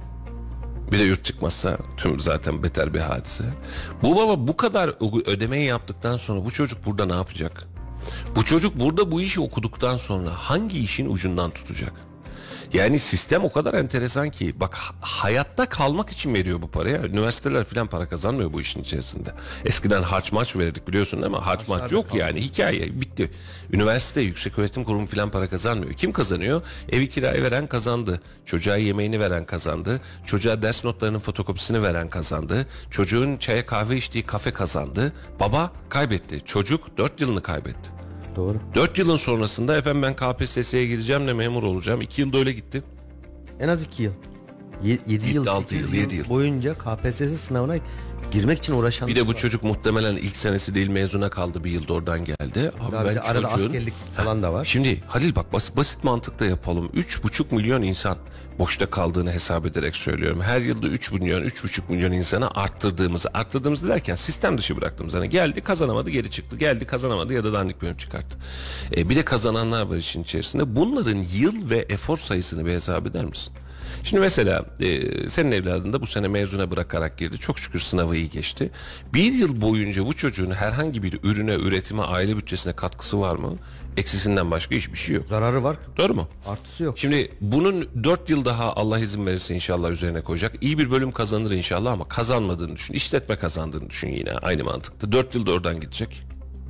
Bir de yurt çıkmazsa tüm zaten beter bir hadise. Bu baba bu kadar ödemeyi yaptıktan sonra bu çocuk burada ne yapacak? Bu çocuk burada bu işi okuduktan sonra hangi işin ucundan tutacak? Yani sistem o kadar enteresan ki bak, hayatta kalmak için veriyor bu paraya. Üniversiteler filan para kazanmıyor bu işin içerisinde. Eskiden harç maç verirdik biliyorsun değil mi? Harç maç yok yani, hikaye bitti. Üniversite, Yükseköğretim Kurumu filan para kazanmıyor. Kim kazanıyor? Evi kiraya veren kazandı. Çocuğa yemeğini veren kazandı. Çocuğa ders notlarının fotokopisini veren kazandı. Çocuğun çaya kahve içtiği kafe kazandı. Baba kaybetti. Çocuk dört yılını kaybetti. Doğru. dört yılın sonrasında efendim ben K P S S'ye gireceğim de memur olacağım. iki yılda öyle gitti. En az iki yıl. yedi yıl, altı yıl, yedi yıl boyunca K P S S sınavına girmek için uğraşan. Bir de bu çocuk muhtemelen ilk senesi değil mezuna kaldı, bir yılda oradan geldi. Abi Daha ben arada çocuğun... askerlik falan da var. Şimdi Halil bak basit, basit mantıkla yapalım. üç buçuk milyon insan boşta kaldığını hesap ederek söylüyorum. Her yılda üç milyon, üç buçuk milyon insana arttırdığımızı, arttırdığımızı derken sistem dışı bıraktığımız. Hani geldi kazanamadı geri çıktı, geldi kazanamadı ya da dandik bölüm çıkarttı. E, bir de kazananlar var işin içerisinde. Bunların yıl ve efor sayısını bir hesap eder misin? Şimdi mesela e, senin evladın da bu sene mezuna bırakarak girdi. Çok şükür sınavı iyi geçti. Bir yıl boyunca bu çocuğun herhangi bir ürüne, üretime, aile bütçesine katkısı var mı? Eksisinden başka hiçbir şey yok. Zararı var. Doğru mu? Artısı yok. Şimdi bunun dört yıl daha Allah izin verirse inşallah üzerine koyacak. İyi bir bölüm kazanır inşallah ama kazanmadığını düşün. İşletme kazandığını düşün yine aynı mantıkta. dört yılda oradan gidecek.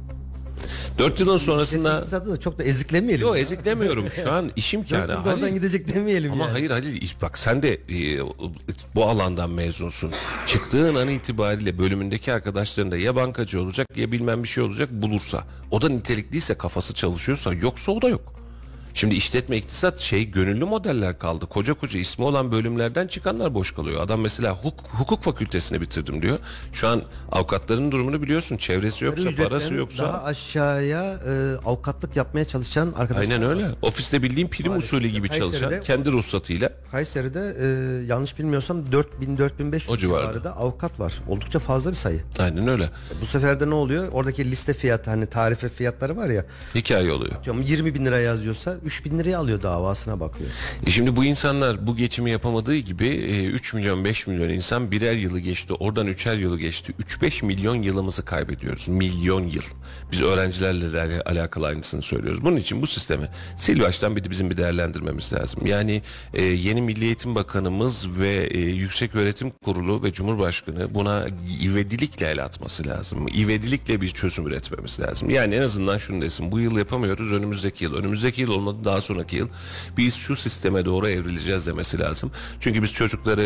dört yılın sonrasında... Da çok da eziklemeyelim. Yok eziklemiyorum şu an iş imkanı. dört yılda oradan gidecek demeyelim ama yani. hayır Halil bak sen de e, bu alandan mezunsun. Çıktığın an itibariyle bölümündeki arkadaşların da ya bankacı olacak ya bilmem bir şey olacak bulursa. O da nitelikliyse, kafası çalışıyorsa, yoksa o da yok. Şimdi işletme, iktisat şey gönüllü modeller kaldı. Koca koca ismi olan bölümlerden çıkanlar boş kalıyor. Adam mesela hukuk, hukuk fakültesini bitirdim diyor. Şu an avukatların durumunu biliyorsun. Çevresi yoksa, parası yoksa. Daha aşağıya e, avukatlık yapmaya çalışan arkadaşlar. Aynen öyle. Var. Ofiste bildiğim prim Maalesef usulü gibi çalışan, kendi ruhsatıyla. Kayseri'de e, yanlış bilmiyorsam dört bin dört bin beş yüz civarında avukat var. Oldukça fazla bir sayı. Aynen öyle. Bu sefer de ne oluyor? Oradaki liste fiyatı, hani tarife fiyatları var ya. Hikaye oluyor. yirmi bin lira yazıyorsa üç bin liraya alıyor, davasına bakıyor. E şimdi bu insanlar bu geçimi yapamadığı gibi üç milyon beş milyon insan birer yılı geçti. Oradan üçer yılı geçti. üç beş milyon yılımızı kaybediyoruz. Milyon yıl. Biz öğrencilerle de alakalı aynısını söylüyoruz. Bunun için bu sistemi sil baştan bir de bizim bir değerlendirmemiz lazım. Yani e, yeni Milli Eğitim Bakanımız ve e, Yükseköğretim Kurulu ve Cumhurbaşkanı buna ivedilikle el atması lazım. İvedilikle bir çözüm üretmemiz lazım. Yani en azından şunu desin. Bu yıl yapamıyoruz. Önümüzdeki yıl. Önümüzdeki yıl olmadı olmadı. Daha sonraki yıl biz şu sisteme doğru evrileceğiz demesi lazım. Çünkü biz çocukları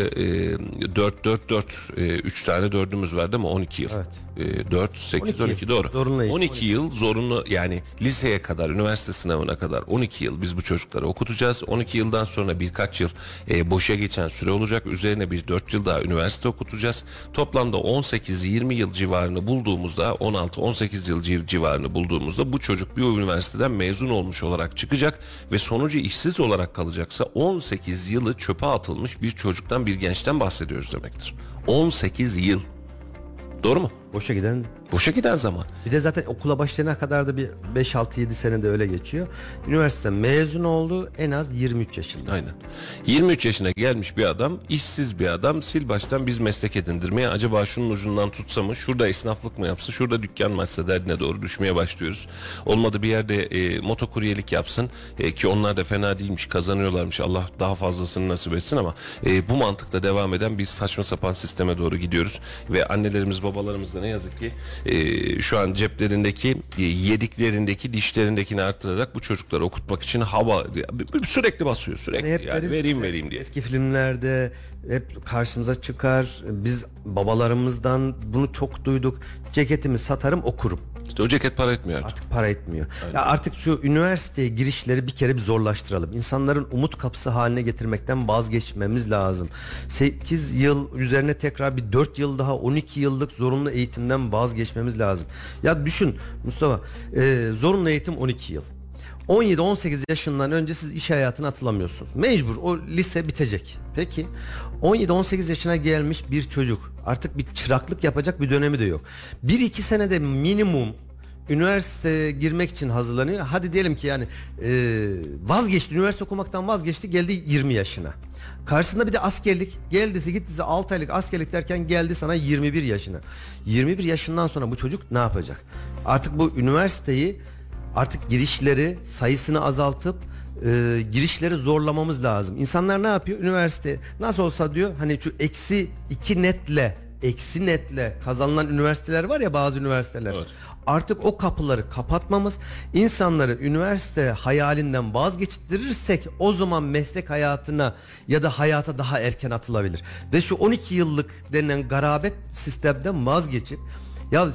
e, dört dört dört üç tane dördümüz var değil mi? on iki yıl. Evet. E, dört sekiz on iki doğru. Zorunlu eğitim. on iki yıl zorunlu, yani liseye kadar, üniversite sınavına kadar on iki yıl biz bu çocukları okutacağız. on iki yıldan sonra birkaç yıl e, boşa geçen süre olacak. Üzerine bir dört yıl daha üniversite okutacağız. Toplamda on sekiz yirmi yıl civarını bulduğumuzda, on altı on sekiz yıl civarını bulduğumuzda bu çocuk bir üniversiteden mezun olmuş olarak çıkacak ve sonucu işsiz olarak kalacaksa on sekiz yılı çöpe atılmış bir çocuktan, bir gençten bahsediyoruz demektir. on sekiz yıl. Doğru mu? Boşa giden. Boşa giden zaman. Bir de zaten okula başlayana kadar da bir beş altı yedi senede öyle geçiyor. Üniversite mezun oldu en az yirmi üç yaşında. Aynen. yirmi üç yaşına gelmiş bir adam, işsiz bir adam, sil baştan biz meslek edindirmeye, acaba şunun ucundan tutsa mı, şurada esnaflık mı yapsa, şurada dükkan mı açsa derdine doğru düşmeye başlıyoruz. Olmadı bir yerde e, motokuryelik yapsın e, ki onlar da fena değilmiş, kazanıyorlarmış, Allah daha fazlasını nasip etsin, ama e, bu mantıkla devam eden bir saçma sapan sisteme doğru gidiyoruz ve annelerimiz babalarımız da ne yazık ki e, şu an ceplerindeki e, yediklerindeki dişlerindekini artırarak bu çocukları okutmak için hava sürekli basıyor, sürekli Hep yani deriz, vereyim vereyim diye. Eski filmlerde hep karşımıza çıkar. Biz babalarımızdan bunu çok duyduk. Ceketimi satarım okurum. İşte o ceket para etmiyor artık. Artık para etmiyor. Ya artık şu üniversiteye girişleri bir kere bir zorlaştıralım. İnsanların umut kapısı haline getirmekten vazgeçmemiz lazım. sekiz yıl üzerine tekrar bir dört yıl daha on iki yıllık zorunlu eğitimden vazgeçmemiz lazım. Ya düşün Mustafa, e, zorunlu eğitim on iki yıl. on yedi on sekiz yaşından önce siz iş hayatına atılamıyorsunuz. Mecbur o lise bitecek. Peki on yedi on sekiz yaşına gelmiş bir çocuk artık bir çıraklık yapacak bir dönemi de yok. bir iki senede minimum üniversiteye girmek için hazırlanıyor. Hadi diyelim ki yani e, vazgeçti, üniversite okumaktan vazgeçti, geldi yirmi yaşına. Karşısında bir de askerlik, geldisi gittisi altı aylık askerlik derken geldi sana yirmi bir yaşına. yirmi bir yaşından sonra bu çocuk ne yapacak? Artık bu üniversiteyi, artık girişleri sayısını azaltıp e, girişleri zorlamamız lazım. İnsanlar ne yapıyor? Üniversite nasıl olsa diyor, hani şu eksi iki netle, eksi netle kazanılan üniversiteler var ya, bazı üniversiteler. Evet. Artık o kapıları kapatmamız, insanları üniversite hayalinden vazgeçtirirsek o zaman meslek hayatına ya da hayata daha erken atılabilir. Ve şu on iki yıllık denilen garabet sistemden vazgeçip, ya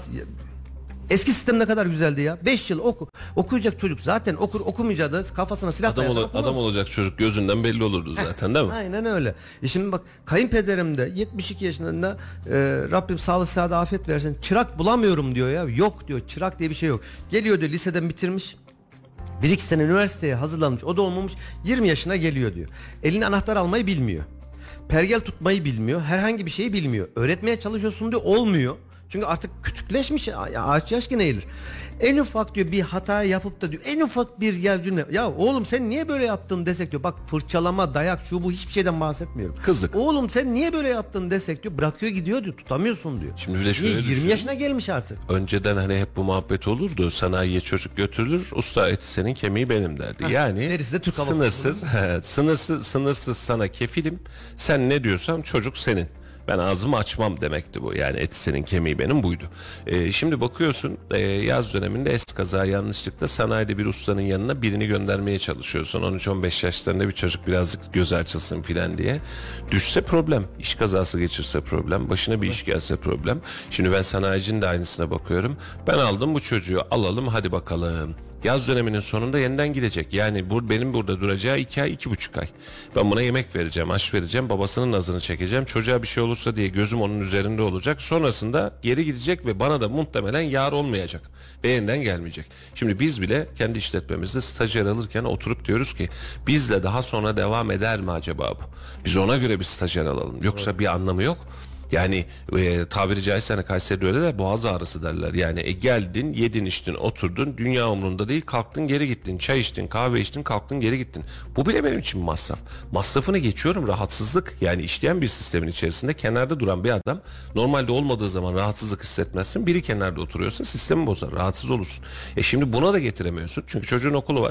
eski sistem ne kadar güzeldi ya. beş yıl oku. Okuyacak çocuk zaten okur, okumayacağı da kafasına silah Adam, dayasan ola, adam olacak çocuk gözünden belli olurdu zaten, değil mi? Aynen öyle. E şimdi bak, kayınpederim de yetmiş iki yaşında, e, Rabbim sağlık sıhhat afiyet versin, çırak bulamıyorum diyor ya. Yok diyor, çırak diye bir şey yok. Geliyor diyor, liseden bitirmiş, bir iki sene üniversiteye hazırlanmış, o da olmamış, yirmi yaşına geliyor diyor. Eline anahtar almayı bilmiyor. Pergel tutmayı bilmiyor. Herhangi bir şeyi bilmiyor. Öğretmeye çalışıyorsun diyor, olmuyor. Çünkü artık küçükleşmiş, ağaç yaş gene eğilir. En ufak diyor bir hata yapıp da diyor, en ufak bir ya cümle, ya oğlum sen niye böyle yaptın desek diyor, bak fırçalama, dayak, şu bu, hiçbir şeyden bahsetmiyorum. Kızdık. Oğlum sen niye böyle yaptın desek diyor, bırakıyor gidiyor diyor, tutamıyorsun diyor. Şimdi bir de şöyle Niye? yirmi düşün. yaşına gelmiş artık. Önceden hani hep bu muhabbet olurdu. Sanayiye çocuk götürülür, usta eti senin, kemiği benim derdi. Heh, yani derisi de Türk Hava sınırsız, he, sınırsız, sınırsız sana kefilim. Sen ne diyorsam çocuk senin. Ben ağzımı açmam demekti bu. Yani eti senin, kemiği benim, buydu. Ee, şimdi bakıyorsun e, yaz döneminde eskaza yanlışlıkla sanayide bir ustanın yanına birini göndermeye çalışıyorsun. on üç on beş yaşlarında bir çocuk birazcık göz açılsın filan diye. Düşse problem, iş kazası geçirse problem, başına bir iş gelse problem. Şimdi ben sanayicinin de aynısına bakıyorum. Ben aldım bu çocuğu, alalım hadi bakalım. Yaz döneminin sonunda yeniden gidecek. Yani bu, benim burada duracağı iki ay, iki buçuk ay. Ben buna yemek vereceğim, aş vereceğim, babasının nazını çekeceğim. Çocuğa bir şey olursa diye gözüm onun üzerinde olacak. Sonrasında geri gidecek ve bana da muhtemelen yar olmayacak. Ve yeniden gelmeyecek. Şimdi biz bile kendi işletmemizde stajyer alırken oturup diyoruz ki bizle daha sonra devam eder mi acaba bu? Biz ona göre bir stajyer alalım. Yoksa bir anlamı yok. Yani e, tabiri caizse hani Kayseri'de öyle de boğaz ağrısı derler. Yani e, geldin, yedin, içtin, oturdun, dünya umrunda değil, kalktın geri gittin, çay içtin, kahve içtin, kalktın geri gittin. Bu bile benim için masraf. Masrafını geçiyorum, rahatsızlık. Yani işleyen bir sistemin içerisinde kenarda duran bir adam normalde olmadığı zaman rahatsızlık hissetmezsin. Biri kenarda oturuyorsa sistemi bozar, rahatsız olursun. E şimdi buna da getiremiyorsun çünkü çocuğun okulu var.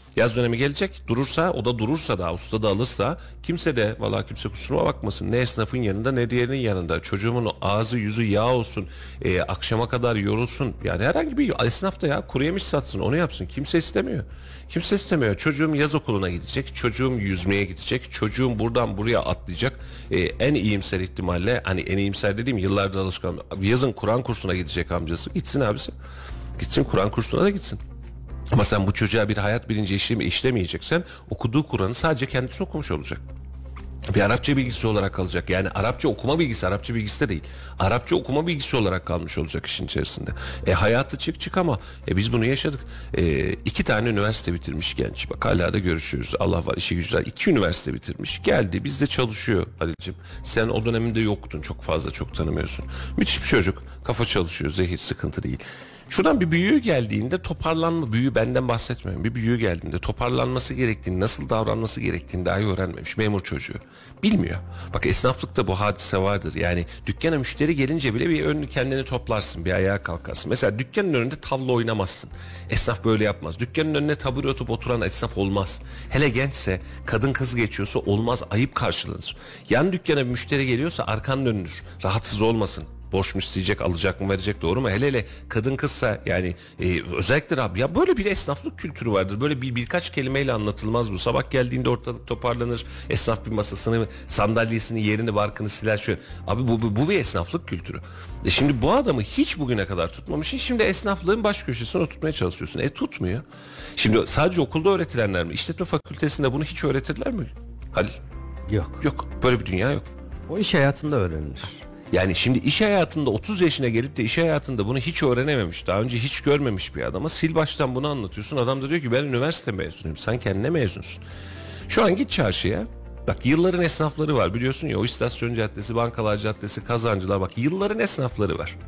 Yaz dönemi gelecek, durursa, o da durursa da, usta da alırsa, kimse de, vallahi kimse kusuruma bakmasın, ne esnafın yanında ne diğerinin yanında, çocuğumun ağzı yüzü yağ olsun, e, akşama kadar yorulsun, yani herhangi bir esnaf da ya kuru yemiş satsın, onu yapsın, kimse istemiyor. Kimse istemiyor. Çocuğum yaz okuluna gidecek, çocuğum yüzmeye gidecek, çocuğum buradan buraya atlayacak. E, en iyimser ihtimalle, hani en iyimser dediğim yıllardır alışkan, yazın Kur'an kursuna gidecek amcası, gitsin abisi. Gitsin Kur'an kursuna da gitsin. Ama sen bu çocuğa bir hayat bilinci işlemi işlemeyeceksen okuduğu Kur'an'ı sadece kendisi okumuş olacak. Bir Arapça bilgisi olarak kalacak. Yani Arapça okuma bilgisi, Arapça bilgisi de değil. Arapça okuma bilgisi olarak kalmış olacak işin içerisinde. E hayatı çık çık ama e, biz bunu yaşadık. E, iki tane üniversite bitirmiş genç. Bak hala da görüşüyoruz. Allah var, işi güzel. İki üniversite bitirmiş. Geldi bizde çalışıyor Halil'ciğim. Sen o döneminde yoktun, çok fazla çok tanımıyorsun. Müthiş bir çocuk. Kafa çalışıyor, zehir, sıkıntı değil. Şuradan bir büyüğü geldiğinde toparlanma, büyüğü benden bahsetmiyorum. Bir büyüğü geldiğinde toparlanması gerektiğini, nasıl davranması gerektiğini dahi öğrenmemiş. Memur çocuğu. Bilmiyor. Bak esnaflıkta bu hadise vardır. Yani dükkana müşteri gelince bile bir önünü kendini toplarsın, bir ayağa kalkarsın. Mesela dükkanın önünde tavla oynamazsın. Esnaf böyle yapmaz. Dükkanın önüne tabure atıp oturan esnaf olmaz. Hele gençse, kadın kız geçiyorsa olmaz, ayıp karşılanır. Yan dükkana bir müşteri geliyorsa arkan dönülür. Rahatsız olmasın. Borç mu isteyecek, alacak mı, verecek, doğru mu? Hele hele kadın kızsa yani e, özellikle abi ya böyle bir esnaflık kültürü vardır. Böyle bir birkaç kelimeyle anlatılmaz bu. Sabah geldiğinde ortalık toparlanır. Esnaf bir masasını, sandalyesini, yerini, barkını siler şöyle. Abi bu, bu, bu bir esnaflık kültürü. E şimdi bu adamı hiç bugüne kadar tutmamışsın. Şimdi esnaflığın baş köşesine oturtmaya çalışıyorsun. E tutmuyor. Şimdi sadece okulda öğretilenler mi? İşletme fakültesinde bunu hiç öğretirler mi Halil? Yok. Yok. Böyle bir dünya yok. O iş hayatında öğrenilir. Yani şimdi iş hayatında otuz yaşına gelip de iş hayatında bunu hiç öğrenememiş, daha önce hiç görmemiş bir adama sil baştan bunu anlatıyorsun. Adam da diyor ki ben üniversite mezunuyum. Sen kendine mezunsun. Şu an git çarşıya. Bak yılların esnafları var biliyorsun ya, o İstasyon Caddesi, Bankalar Caddesi, Kazancılar, bak yılların esnafları var.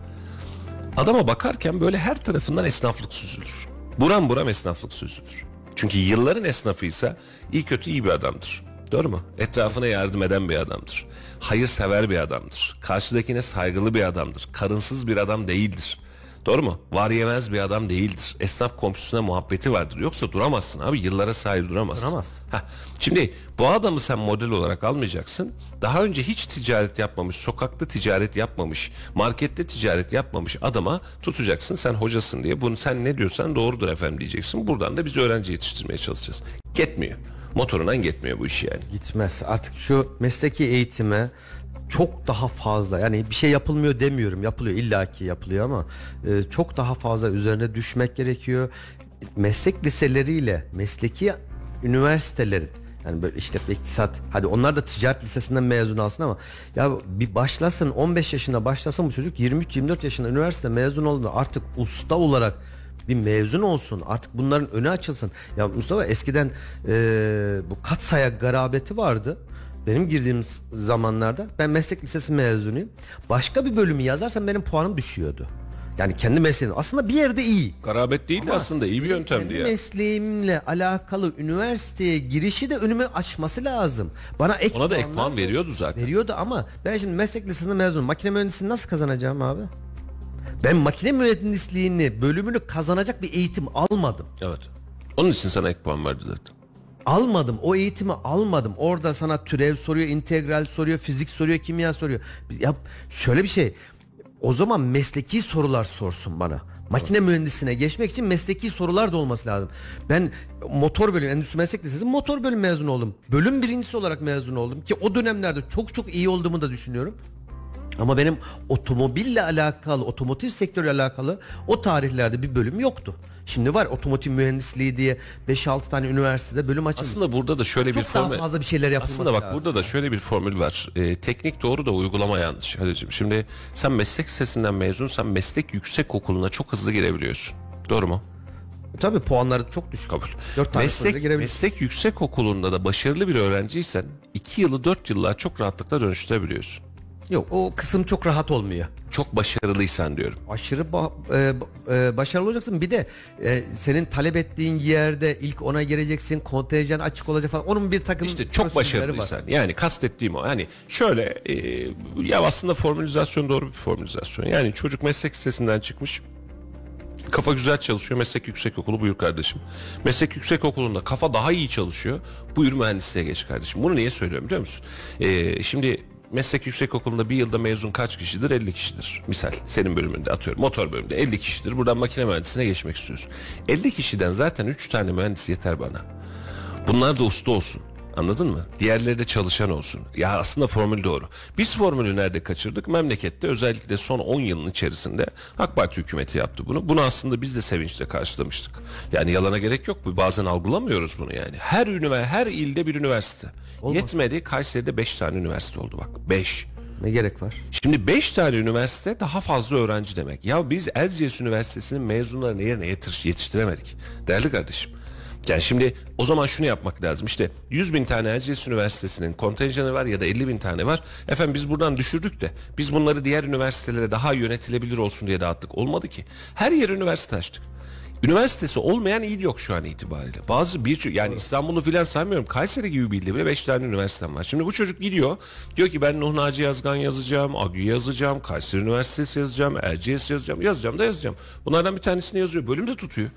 Adama bakarken böyle her tarafından esnaflık süzülür. Buram buram esnaflık süzülür. Çünkü yılların esnafıysa iyi kötü iyi bir adamdır. Doğru mu? Etrafına yardım eden bir adamdır. Hayırsever bir adamdır. Karşıdakine saygılı bir adamdır. Karınsız bir adam değildir. Doğru mu? Var yemez bir adam değildir. Esnaf komşusuna muhabbeti vardır. Yoksa duramazsın abi. Yıllara sahip duramazsın. Duramaz. Heh. Şimdi bu adamı sen model olarak almayacaksın. Daha önce hiç ticaret yapmamış, sokakta ticaret yapmamış, markette ticaret yapmamış adama tutacaksın. Sen hocasın diye. Bunu sen ne diyorsan doğrudur efendim diyeceksin. Buradan da biz öğrenci yetiştirmeye çalışacağız. Gitmiyor. Motorundan gitmiyor bu iş yani. Gitmez. Artık şu mesleki eğitime çok daha fazla, yani bir şey yapılmıyor demiyorum, yapılıyor, illaki yapılıyor ama e, çok daha fazla üzerine düşmek gerekiyor. Meslek liseleriyle mesleki üniversitelerin, yani böyle işte iktisat, hadi onlar da ticaret lisesinden mezun alsın ama ya bir başlasın, on beş yaşında başlasın bu çocuk, yirmi üç yirmi dört yaşında üniversite mezun olduğunda artık usta olarak bir mezun olsun, artık bunların önü açılsın. Ya Mustafa, eskiden e, bu katsaya garabeti vardı. Benim girdiğim zamanlarda, ben meslek lisesi mezunuyum. Başka bir bölümü yazarsam benim puanım düşüyordu. Yani kendi mesleğim aslında bir yerde iyi. Garabet değil de aslında iyi bir yöntemdi kendi ya. mesleğimle alakalı üniversiteye girişi de önümü açması lazım. Bana ek Ona da ek puanlar puan veriyordu zaten. veriyordu ama ben şimdi meslek lisesinde mezunum. Makine mühendisliğini nasıl kazanacağım abi? Ben makine mühendisliğini bölümünü kazanacak bir eğitim almadım. Evet. Onun için sana ek puan verdi zaten. Almadım. O eğitimi almadım. Orada sana türev soruyor, integral soruyor, fizik soruyor, kimya soruyor. Ya şöyle bir şey. O zaman mesleki sorular sorsun bana. Makine evet. mühendisine geçmek için mesleki sorular da olması lazım. Ben motor bölümü, endüstri meslek lisesi motor bölüm mezun oldum. Bölüm birincisi olarak mezun oldum ki o dönemlerde çok çok iyi olduğumu da düşünüyorum. Ama benim otomobille alakalı, otomotiv sektörüyle alakalı o tarihlerde bir bölüm yoktu. Şimdi var otomotiv mühendisliği diye beş altı tane üniversitede bölüm açılmış. Aslında burada da şöyle çok bir formül. Çok daha fazla bir şeyler yapılması Aslında bak lazım. burada da şöyle bir formül var. Ee, teknik doğru da uygulama yanlış. Halicim. Şimdi sen meslek lisesinden mezunsan meslek yüksek okuluna çok hızlı girebiliyorsun. Doğru mu? Tabii puanları çok düşük. Kabul. dört tane Meslek, meslek yüksek okulunda da başarılı bir öğrenciysen iki yılı dört yıllar çok rahatlıkla dönüştürebiliyorsun. Yok, o kısım çok rahat olmuyor. Çok başarılıysan diyorum. Aşırı ba- e, e, başarılı olacaksın. Bir de e, senin talep ettiğin yerde ilk ona gireceksin. Kontenjan açık olacak falan. Onun bir takım İşte çok başarılıysan. Var. Yani kastettiğim o. Yani şöyle e, ya aslında formülizasyon doğru bir formülizasyon. Yani çocuk meslek lisesinden çıkmış. Kafa güzel çalışıyor. Meslek yüksekokulu buyur kardeşim. Meslek yüksekokulunda kafa daha iyi çalışıyor. Buyur mühendisliğe geç kardeşim. Bunu niye söylüyorum biliyor musun? Ee, şimdi meslek yüksekokulunda bir yılda mezun kaç kişidir? elli kişidir. Misal senin bölümünde atıyorum motor bölümünde elli kişidir. Buradan makine mühendisliğine geçmek istiyorsun. elli kişiden zaten üç tane mühendis yeter bana. Bunlar da usta olsun. Anladın mı? Diğerleri de çalışan olsun. Ya aslında formül doğru. Biz formülü nerede kaçırdık? Memlekette özellikle son on yılın içerisinde AK Parti hükümeti yaptı bunu. Bunu aslında biz de sevinçle karşılamıştık. Yani yalana gerek yok. Bazen algılamıyoruz bunu yani. Her üniversite, her ilde bir üniversite. Olmaz. Yetmedi. Kayseri'de beş tane üniversite oldu bak. beş. Ne gerek var? Şimdi beş tane üniversite daha fazla öğrenci demek. Ya biz Erciyes Üniversitesi'nin mezunlarını yerine yetiştiremedik. Değerli kardeşim. Yani şimdi o zaman şunu yapmak lazım. İşte yüz bin tane Erciyes Üniversitesi'nin kontenjanı var ya da elli bin tane var. Efendim biz buradan düşürdük de biz bunları diğer üniversitelere daha yönetilebilir olsun diye dağıttık. Olmadı ki. Her yere üniversite açtık. Üniversitesi olmayan il yok şu an itibariyle. Bazı bir yani İstanbul'u filan saymıyorum. Kayseri gibi bir ilde bile beş tane üniversitem var. Şimdi bu çocuk gidiyor. Diyor ki ben Nuh Naci Yazgan yazacağım, A G Ü yazacağım, Kayseri Üniversitesi yazacağım, Erciyes yazacağım. Yazacağım da yazacağım. Bunlardan bir tanesini yazıyor. Bölüm de tutuyor.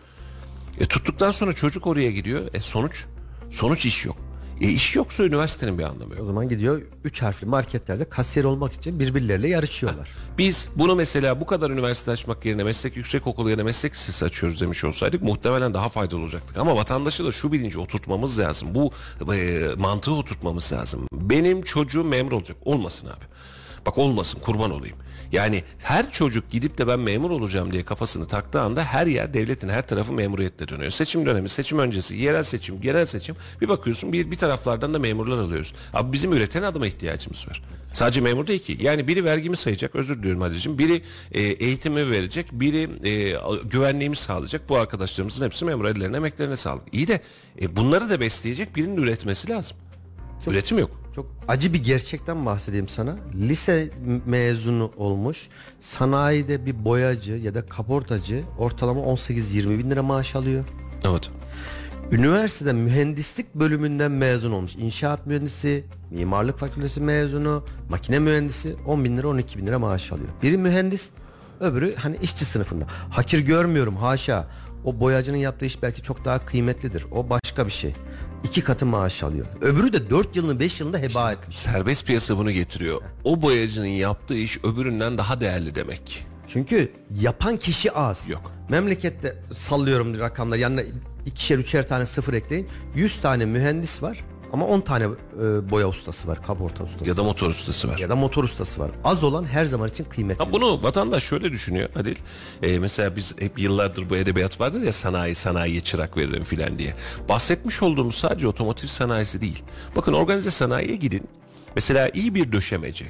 E tuttuktan sonra çocuk oraya gidiyor. E sonuç? Sonuç iş yok. E iş yoksa üniversitenin bir anlamı yok. O zaman gidiyor üç harfli marketlerde kasiyer olmak için birbirleriyle yarışıyorlar. Ha, biz bunu mesela bu kadar üniversite açmak yerine meslek yüksekokulu yerine meslek lisesi açıyoruz demiş olsaydık muhtemelen daha faydalı olacaktık. Ama vatandaşı da şu bilinci oturtmamız lazım. Bu e, mantığı oturtmamız lazım. Benim çocuğum memur olacak. Olmasın abi. Bak olmasın kurban olayım. Yani her çocuk gidip de ben memur olacağım diye kafasını taktığı anda her yer devletin her tarafı memuriyetle dönüyor. Seçim dönemi, seçim öncesi, yerel seçim, genel seçim bir bakıyorsun bir, bir taraflardan da memurlar alıyoruz. Abi bizim üreten adama ihtiyacımız var. Sadece memur değil ki. Yani biri vergimi sayacak, özür diliyorum Halil'ciğim. Biri e, eğitimi verecek, biri e, güvenliğimi sağlayacak. Bu arkadaşlarımızın hepsi memur, ellerine emeklerine sağlık. İyi de e, bunları da besleyecek birinin üretmesi lazım. Çok, Üretim yok. Çok acı bir gerçekten bahsedeyim sana. Lise mezunu olmuş sanayide bir boyacı ya da kaportacı ortalama on sekiz yirmi bin lira maaş alıyor. Evet. Üniversitede mühendislik bölümünden mezun olmuş. İnşaat mühendisi, mimarlık fakültesi mezunu, makine mühendisi on bin lira on iki bin lira maaş alıyor. Biri mühendis, öbürü hani işçi sınıfında. Hakir görmüyorum haşa. O boyacının yaptığı iş belki çok daha kıymetlidir. O başka bir şey. İki katı maaş alıyor. Öbürü de dört yılını beş yılında heba işte etmiş. Serbest piyasa bunu getiriyor. O boyacının yaptığı iş öbüründen daha değerli demek. Çünkü yapan kişi az. Yok. Memlekette sallıyorum rakamlar. Yanına ikişer üçer tane sıfır ekleyin. yüz tane mühendis var. Ama on tane e, boya ustası var, kaporta ustası ya da var. motor ustası var. Ya da motor ustası var. Az olan her zaman için kıymetli. Ha, bunu vatandaş şöyle düşünüyor Adil. Ee, mesela biz hep yıllardır bu edebiyat vardır ya sanayi sanayiye çırak veririm filan diye. Bahsetmiş olduğumuz sadece otomotiv sanayisi değil. Bakın organize sanayiye gidin. Mesela iyi bir döşemeci,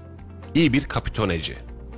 iyi bir kapitoneci,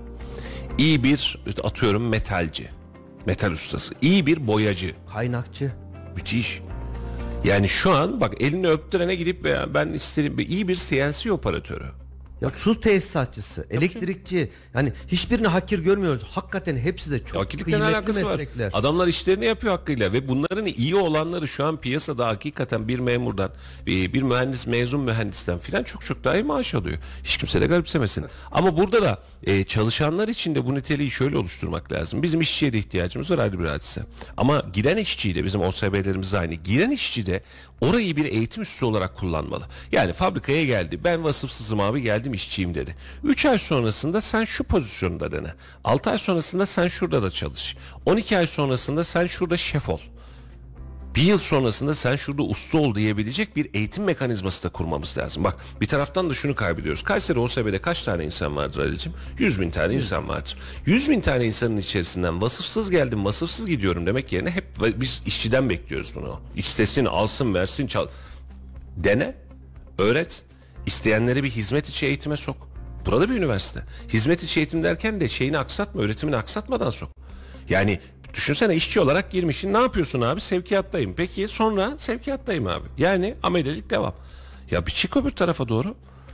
iyi bir atıyorum metalci, metal ustası, iyi bir boyacı, Kaynakçı. müthiş. Yani şu an bak elini öptürene gidip veya ben isterim iyi bir C N C operatörü. Ya su tesisatçısı, elektrikçi. Yani hiçbirini hakir görmüyoruz. Hakikaten hepsi de çok Hakikaten kıymetli alakası meslekler. var. Adamlar işlerini yapıyor hakkıyla ve bunların iyi olanları şu an piyasada hakikaten bir memurdan, bir mühendis, mezun mühendisten filan çok çok daha iyi maaş alıyor. Hiç kimse de garipsemesin. Ama burada da e, çalışanlar için de bu niteliği şöyle oluşturmak lazım. Bizim işçiye de ihtiyacımız var ayrı bir hadise. Ama giren işçiyi de bizim O S B'lerimiz aynı. Giren işçi de orayı bir eğitim üssü olarak kullanmalı. Yani fabrikaya geldi. Ben vasıfsızım abi geldim işçiyim dedi. üç ay sonrasında sen şu pozisyonda dene. altı ay sonrasında sen şurada da çalış. on iki ay sonrasında sen şurada şef ol. Bir yıl sonrasında sen şurada usta ol diyebilecek bir eğitim mekanizması da kurmamız lazım. Bak bir taraftan da şunu kaybediyoruz. Kayseri O S B'de kaç tane insan vardır Ali'cim? yüz bin tane insan vardır. yüz bin tane insanın içerisinden vasıfsız geldim, vasıfsız gidiyorum demek yerine hep biz işçiden bekliyoruz bunu. İstesin, alsın, versin, çal. Dene, öğret. İsteyenleri bir hizmet içi eğitime sok. Burada bir üniversite. Hizmet içi eğitim derken de şeyini aksatma, öğretimini aksatmadan sok. Yani düşünsene işçi olarak girmişsin. Ne yapıyorsun abi? Sevkiyattayım. Peki sonra sevkiyattayım abi. Yani amelelik devam. Ya bir çık öbür tarafa doğru.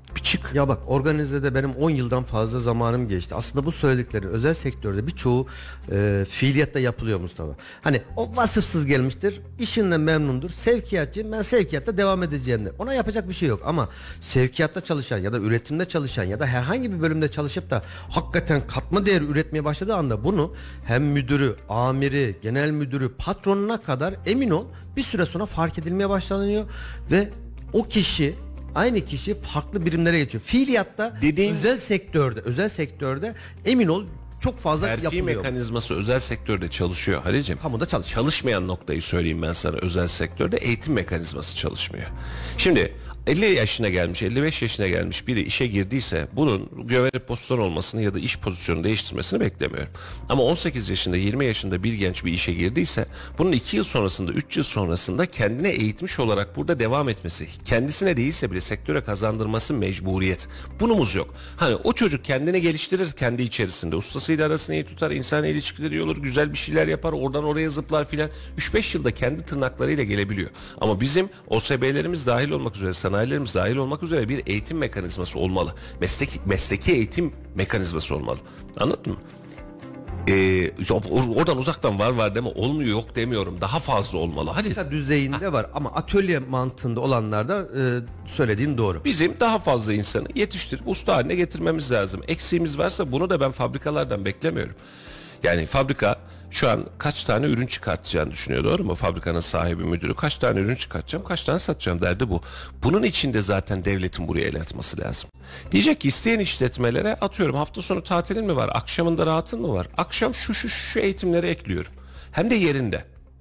Bir çık. Ya bak, organizede benim on yıldan fazla zamanım geçti. Aslında bu söyledikleri özel sektörde birçoğu e, fiiliyatta yapılıyor Mustafa. Hani o vasıfsız gelmiştir, işinden memnundur, sevkiyatçı, ben sevkiyatta devam edeceğim der. Ona yapacak bir şey yok ama sevkiyatta çalışan ya da üretimde çalışan ya da herhangi bir bölümde çalışıp da hakikaten katma değer üretmeye başladığı anda bunu hem müdürü, amiri, genel müdürü, patronuna kadar emin ol bir süre sonra fark edilmeye başlanıyor ve o kişi, aynı kişi farklı birimlere geçiyor. Fiiliyatta Dediğin- özel sektörde, özel sektörde emin ol çok fazla Terfi yapılıyor. mekanizması özel sektörde çalışıyor Halil'ciğim. Kamuda çalışıyor. Çalışmayan noktayı söyleyeyim ben sana, özel sektörde eğitim mekanizması çalışmıyor. Şimdi elli yaşına gelmiş, elli beş yaşına gelmiş biri işe girdiyse bunun görev pozisyon olmasını ya da iş pozisyonu değiştirmesini beklemiyorum. Ama on sekiz yaşında, yirmi yaşında bir genç bir işe girdiyse bunun iki yıl sonrasında, üç yıl sonrasında kendine eğitmiş olarak burada devam etmesi, kendisine değilse bile sektöre kazandırması mecburiyet. Bunumuz yok. Hani o çocuk kendini geliştirir kendi içerisinde. Ustasıyla arasını iyi tutar, insan ilişkileri iyi olur, güzel bir şeyler yapar, oradan oraya zıplar filan. üç beş yılda kendi tırnaklarıyla gelebiliyor. Ama bizim O S B'lerimiz dahil olmak üzere, sanayilerimiz dahil olmak üzere bir eğitim mekanizması olmalı. Mesleki, mesleki eğitim mekanizması olmalı. Anladın mı? Ee, oradan uzaktan var var deme, olmuyor yok demiyorum. Daha fazla olmalı. Hadi. Fabrika düzeyinde var ama atölye mantığında olanlarda e, söylediğin doğru. Bizim daha fazla insanı yetiştirip usta haline getirmemiz lazım. Eksiğimiz varsa bunu da ben fabrikalardan beklemiyorum. Yani fabrika şu an kaç tane ürün çıkartacağını düşünüyor, doğru mu? Fabrikanın sahibi, müdürü kaç tane ürün çıkartacağım, kaç tane satacağım derdi bu. Bunun için de zaten devletin buraya el atması lazım. Diyecek ki isteyen işletmelere atıyorum, hafta sonu tatilin mi var, akşamında rahatın mı var? Akşam şu şu şu eğitimleri ekliyorum. Hem de yerinde.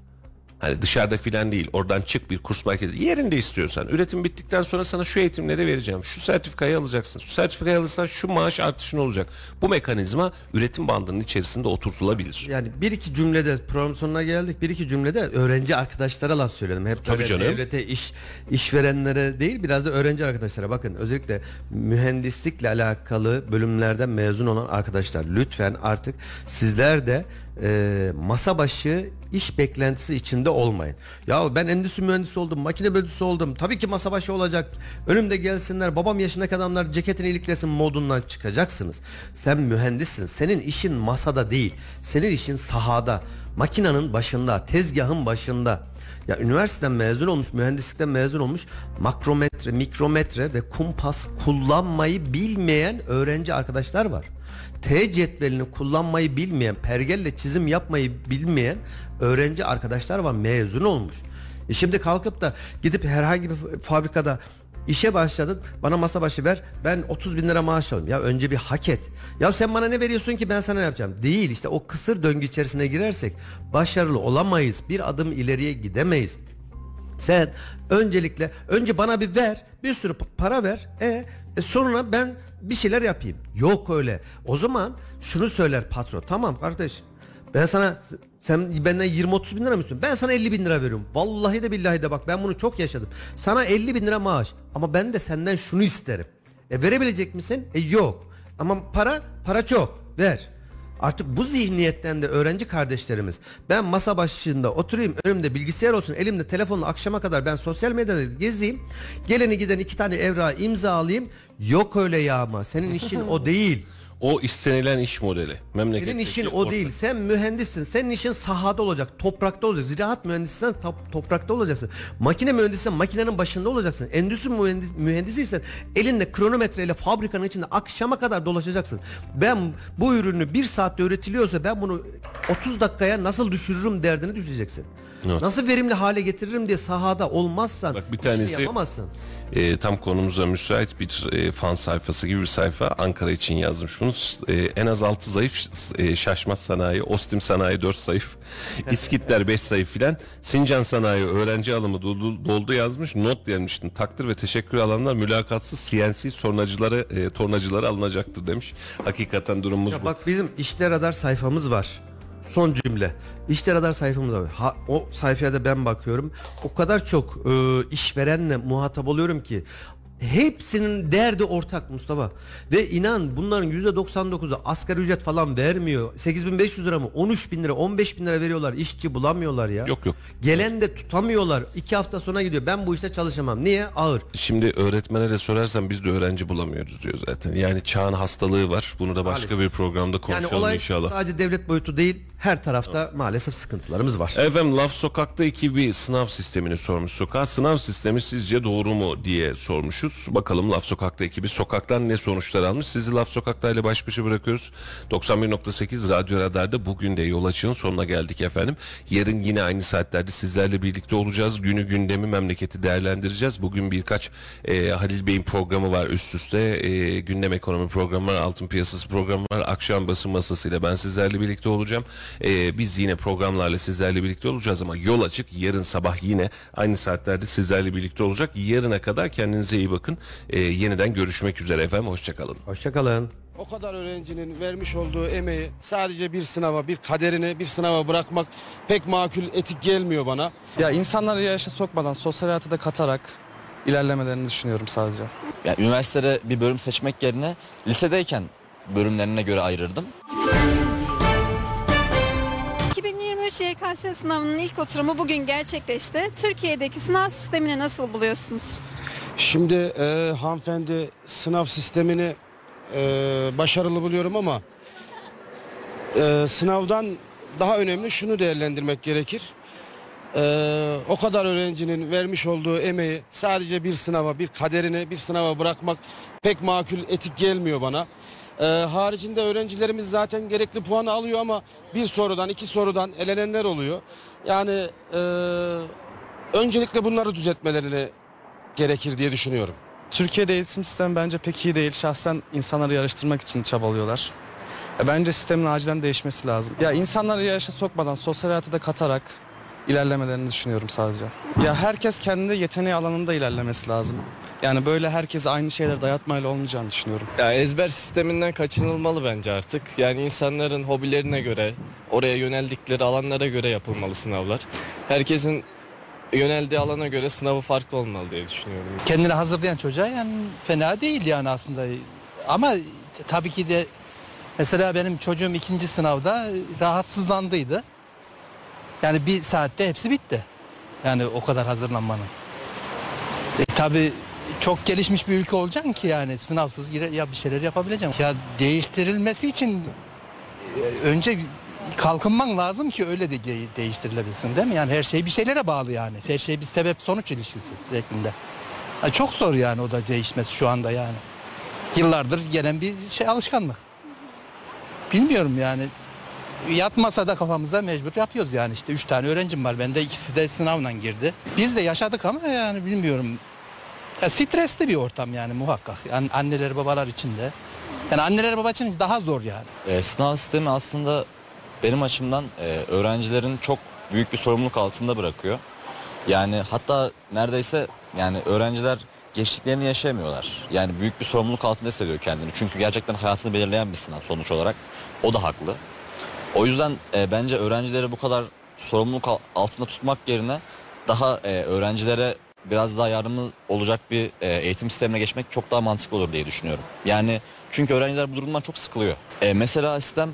Hani dışarıda filan değil, oradan çık bir kurs merkezi, yerinde istiyorsan üretim bittikten sonra sana şu eğitimleri vereceğim, şu sertifikayı alacaksın, şu sertifikayı alırsan şu maaş artışın olacak. Bu mekanizma üretim bandının içerisinde oturtulabilir. Yani bir iki cümlede program sonuna geldik. Bir iki cümlede öğrenci arkadaşlara laf söyledim. Hep Tabii böyle canım. devlete, iş işverenlere değil, biraz da öğrenci arkadaşlara. Bakın, özellikle mühendislikle alakalı bölümlerden mezun olan arkadaşlar, lütfen artık sizler de e, masa başı iş beklentisi içinde olmayın. Ya ben endüstri mühendisi oldum, makine mühendisi oldum, tabii ki masa başı olacak, önümde gelsinler, babam yaşındaki adamlar ceketini iliklesin modundan çıkacaksınız. Sen mühendissin, senin işin masada değil, senin işin sahada, makinenin başında, tezgahın başında. Ya üniversiteden mezun olmuş, mühendislikten mezun olmuş, makrometre, mikrometre ve kumpas kullanmayı bilmeyen öğrenci arkadaşlar var. T cetvelini kullanmayı bilmeyen, pergelle çizim yapmayı bilmeyen öğrenci arkadaşlar var, mezun olmuş. E şimdi kalkıp da gidip herhangi bir fabrikada işe başladın, bana masa başı ver, ben otuz bin lira maaş alayım. Ya önce bir hak et. Ya sen bana ne veriyorsun ki ben sana ne yapacağım? Değil, işte o kısır döngü içerisine girersek başarılı olamayız, bir adım ileriye gidemeyiz. Sen öncelikle önce bana bir ver, bir sürü para ver, e, e sonra ben bir şeyler yapayım. Yok öyle. O zaman şunu söyler patron: tamam kardeş, ben sana, sen benden yirmi otuz bin lira mı istiyorsun? Ben sana elli bin lira veriyorum. Vallahi de billahi de bak, ben bunu çok yaşadım. Sana elli bin lira maaş ama ben de senden şunu isterim. E verebilecek misin? E yok. Ama para, para çok. Ver. Artık bu zihniyetten de öğrenci kardeşlerimiz, ben masa başında oturayım, önümde bilgisayar olsun, elimde telefonla akşama kadar ben sosyal medyada gezeyim, geleni giden iki tane evrağı imza alayım. Yok öyle ya, ama senin işin o değil. O istenilen iş modeli. Senin işin o değil. Sen mühendissin. Senin işin sahada olacak, toprakta olacak. Ziraat mühendisiysen top, toprakta olacaksın. Makine mühendisiysen makinenin başında olacaksın. Endüstri mühendis, mühendisiysen elinde kronometreyle fabrikanın içinde akşama kadar dolaşacaksın. Ben bu ürünü bir saatte üretiliyorsa ben bunu otuz dakikaya nasıl düşürürüm derdini düşeceksin. Evet. Nasıl verimli hale getiririm diye sahada olmazsan Bak, bir bu işini tanesi- yapamazsın. E, tam konumuza müsait bir e, fan sayfası gibi bir sayfa Ankara için yazmış bunu. E, en az altı zayıf, e, Şaşmaz Sanayi, Ostim Sanayi dört zayıf, İskitler beş zayıf filan, Sincan Sanayi öğrenci alımı doldu, doldu yazmış. Not vermiştin. Takdir ve teşekkür alanlar mülakatsız C N C tornacıları e, tornacıları alınacaktır demiş. Hakikaten durumumuz Ya bu. bak, bizim İşte Radar sayfamız var. Son cümle. İşte Radar sayfamız var. Ha, o sayfaya da ben bakıyorum. O kadar çok e, işverenle muhatap oluyorum ki hepsinin derdi ortak Mustafa. Ve inan bunların yüzde doksan dokuzu asgari ücret falan vermiyor. sekiz bin beş yüz lira mı? on üç bin lira, on beş bin lira veriyorlar. İşçi bulamıyorlar ya. Yok, yok. Gelen de tutamıyorlar. iki hafta sonra gidiyor. Ben bu işte çalışamam. Niye? Ağır. Şimdi öğretmene de sorarsan biz de öğrenci bulamıyoruz diyor zaten. Yani çağın hastalığı var. Bunu da başka Maalesef. bir programda Yani konuşalım olay inşallah. sadece devlet boyutu değil. Her tarafta maalesef sıkıntılarımız var. Efendim Laf Sokak'ta ekibi sınav sistemini sormuş sokağa. Sınav sistemi sizce doğru mu diye sormuşuz. Bakalım Laf Sokak'ta ekibi sokaktan ne sonuçlar almış. Sizi Laf Sokak'ta ile baş başa bırakıyoruz. doksan bir nokta sekiz Radyo Radar'da bugün de Yol Açık'ın sonuna geldik efendim. Yarın yine aynı saatlerde sizlerle birlikte olacağız. Günü gündemi memleketi değerlendireceğiz. Bugün birkaç e, Halil Bey'in programı var üst üste. E, gündem ekonomi programı var. Altın piyasası programı var. Akşam basın masasıyla ben sizlerle birlikte olacağım. Ee, biz yine programlarla sizlerle birlikte olacağız ama Yol Açık yarın sabah yine aynı saatlerde sizlerle birlikte olacak. Yarına kadar kendinize iyi bakın. Ee, yeniden görüşmek üzere efendim. Hoşçakalın. Hoşçakalın. O kadar öğrencinin vermiş olduğu emeği sadece bir sınava, bir kaderini bir sınava bırakmak pek makul, etik gelmiyor bana. Ya insanları yarışa sokmadan sosyal hayatı da katarak ilerlemelerini düşünüyorum sadece. Yani üniversitede bir bölüm seçmek yerine lisedeyken bölümlerine göre ayırırdım. iki bin yirmi üç Y K S sınavının ilk oturumu bugün gerçekleşti. Türkiye'deki sınav sistemini nasıl buluyorsunuz? Şimdi e, hanımefendi sınav sistemini e, başarılı buluyorum ama e, sınavdan daha önemli şunu değerlendirmek gerekir. E, o kadar öğrencinin vermiş olduğu emeği sadece bir sınava, bir kaderini bir sınava bırakmak pek makul, etik gelmiyor bana. Ee, haricinde öğrencilerimiz zaten gerekli puanı alıyor ama bir sorudan iki sorudan elenenler oluyor. Yani e, öncelikle bunları düzeltmelerini gerekir diye düşünüyorum. Türkiye'de eğitim sistemi bence pek iyi değil. Şahsen insanları yarıştırmak için çabalıyorlar. Ya bence sistemin acilen değişmesi lazım. Ya insanları yarışa sokmadan sosyal hayatı da katarak ilerlemelerini düşünüyorum sadece. Ya herkes kendi yeteneği alanında ilerlemesi lazım. Yani böyle herkese aynı şeyleri dayatmayla olmayacağını düşünüyorum. Ya ezber sisteminden kaçınılmalı bence artık. Yani insanların hobilerine göre, oraya yöneldikleri alanlara göre yapılmalı sınavlar. Herkesin yöneldiği alana göre sınavı farklı olmalı diye düşünüyorum. Kendini hazırlayan çocuğa yani fena değil yani aslında. Ama tabii ki de mesela benim çocuğum ikinci sınavda rahatsızlandıydı. Yani bir saatte hepsi bitti. Yani o kadar hazırlanmanın. E, tabii çok gelişmiş bir ülke olacaksın ki yani sınavsız ya bir şeyler yapabileceksin. Ya değiştirilmesi için e, önce kalkınman lazım ki öyle de değiştirilebilsin değil mi? Yani her şey bir şeylere bağlı yani. Her şey bir sebep sonuç ilişkisi şeklinde. Yani çok zor yani o da değişmesi şu anda yani. Yıllardır gelen bir şey alışkanlık. Bilmiyorum yani. Yatmasa da kafamıza mecbur yapıyoruz yani işte üç tane öğrencim var. Bende ikisi de sınavla girdi. Biz de yaşadık ama yani bilmiyorum. Ya stresli bir ortam yani muhakkak. Yani anneler babalar için de. Yani anneler baba için daha zor yani. E, sınav sistemi aslında benim açımdan e, öğrencilerin çok büyük bir sorumluluk altında bırakıyor. Yani hatta neredeyse yani öğrenciler geçtiklerini yaşayamıyorlar. Yani büyük bir sorumluluk altında hissediyor kendini. Çünkü gerçekten hayatını belirleyen bir sınav sonuç olarak. O da haklı. O yüzden e, bence öğrencileri bu kadar sorumluluk altında tutmak yerine daha e, öğrencilere biraz daha yardımcı olacak bir e, eğitim sistemine geçmek çok daha mantıklı olur diye düşünüyorum. Yani çünkü öğrenciler bu durumdan çok sıkılıyor. E, mesela sistem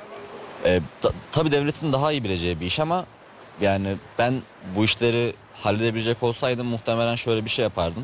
e, da, tabii devletin daha iyi bileceği bir iş ama yani ben bu işleri halledebilecek olsaydım muhtemelen şöyle bir şey yapardım.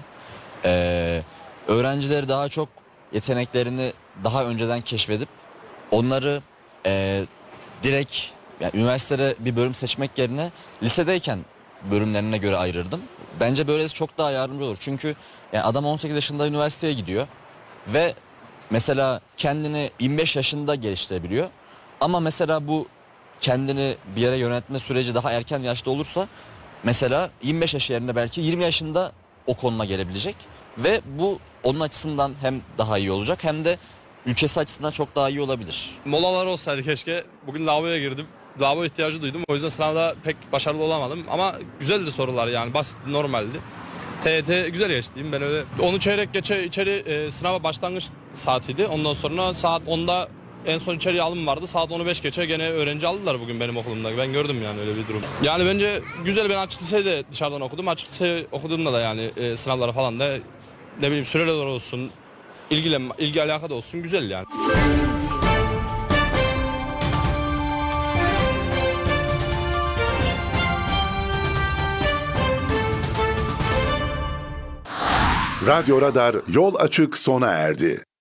E, öğrencileri daha çok yeteneklerini daha önceden keşfedip onları e, direkt yani üniversitede bir bölüm seçmek yerine lisedeyken bölümlerine göre ayırırdım. Bence böylesi çok daha yardımcı olur. Çünkü yani adam on sekiz yaşında üniversiteye gidiyor ve mesela kendini yirmi beş yaşında geliştirebiliyor. Ama mesela bu kendini bir yere yönetme süreci daha erken yaşta olursa mesela yirmi beş yaş yerine belki yirmi yaşında o konuma gelebilecek ve bu onun açısından hem daha iyi olacak hem de ülkesi açısından çok daha iyi olabilir. Molalar olsaydı keşke. Bugün lavaboya girdim. Lavabo ihtiyacı duydum. O yüzden sınavda pek başarılı olamadım. Ama güzeldi sorular yani. Basit, normaldi. T Y T güzel geçti diyeyim ben öyle. Onu çeyrek geçe içeri e, sınava başlangıç saatiydi. Ondan sonra saat onda en son içeriye alım vardı. Saat onu beş geçe gene öğrenci aldılar bugün benim okulumda. Ben gördüm yani öyle bir durum. Yani bence güzel, ben açık liseyi de dışarıdan okudum. Açık lise okuduğumda da yani e, sınavlara falan da ne bileyim süreler olsun, ilgilenme, ilgi alaka da olsun güzel yani. Radyo Radar yol açık sona erdi.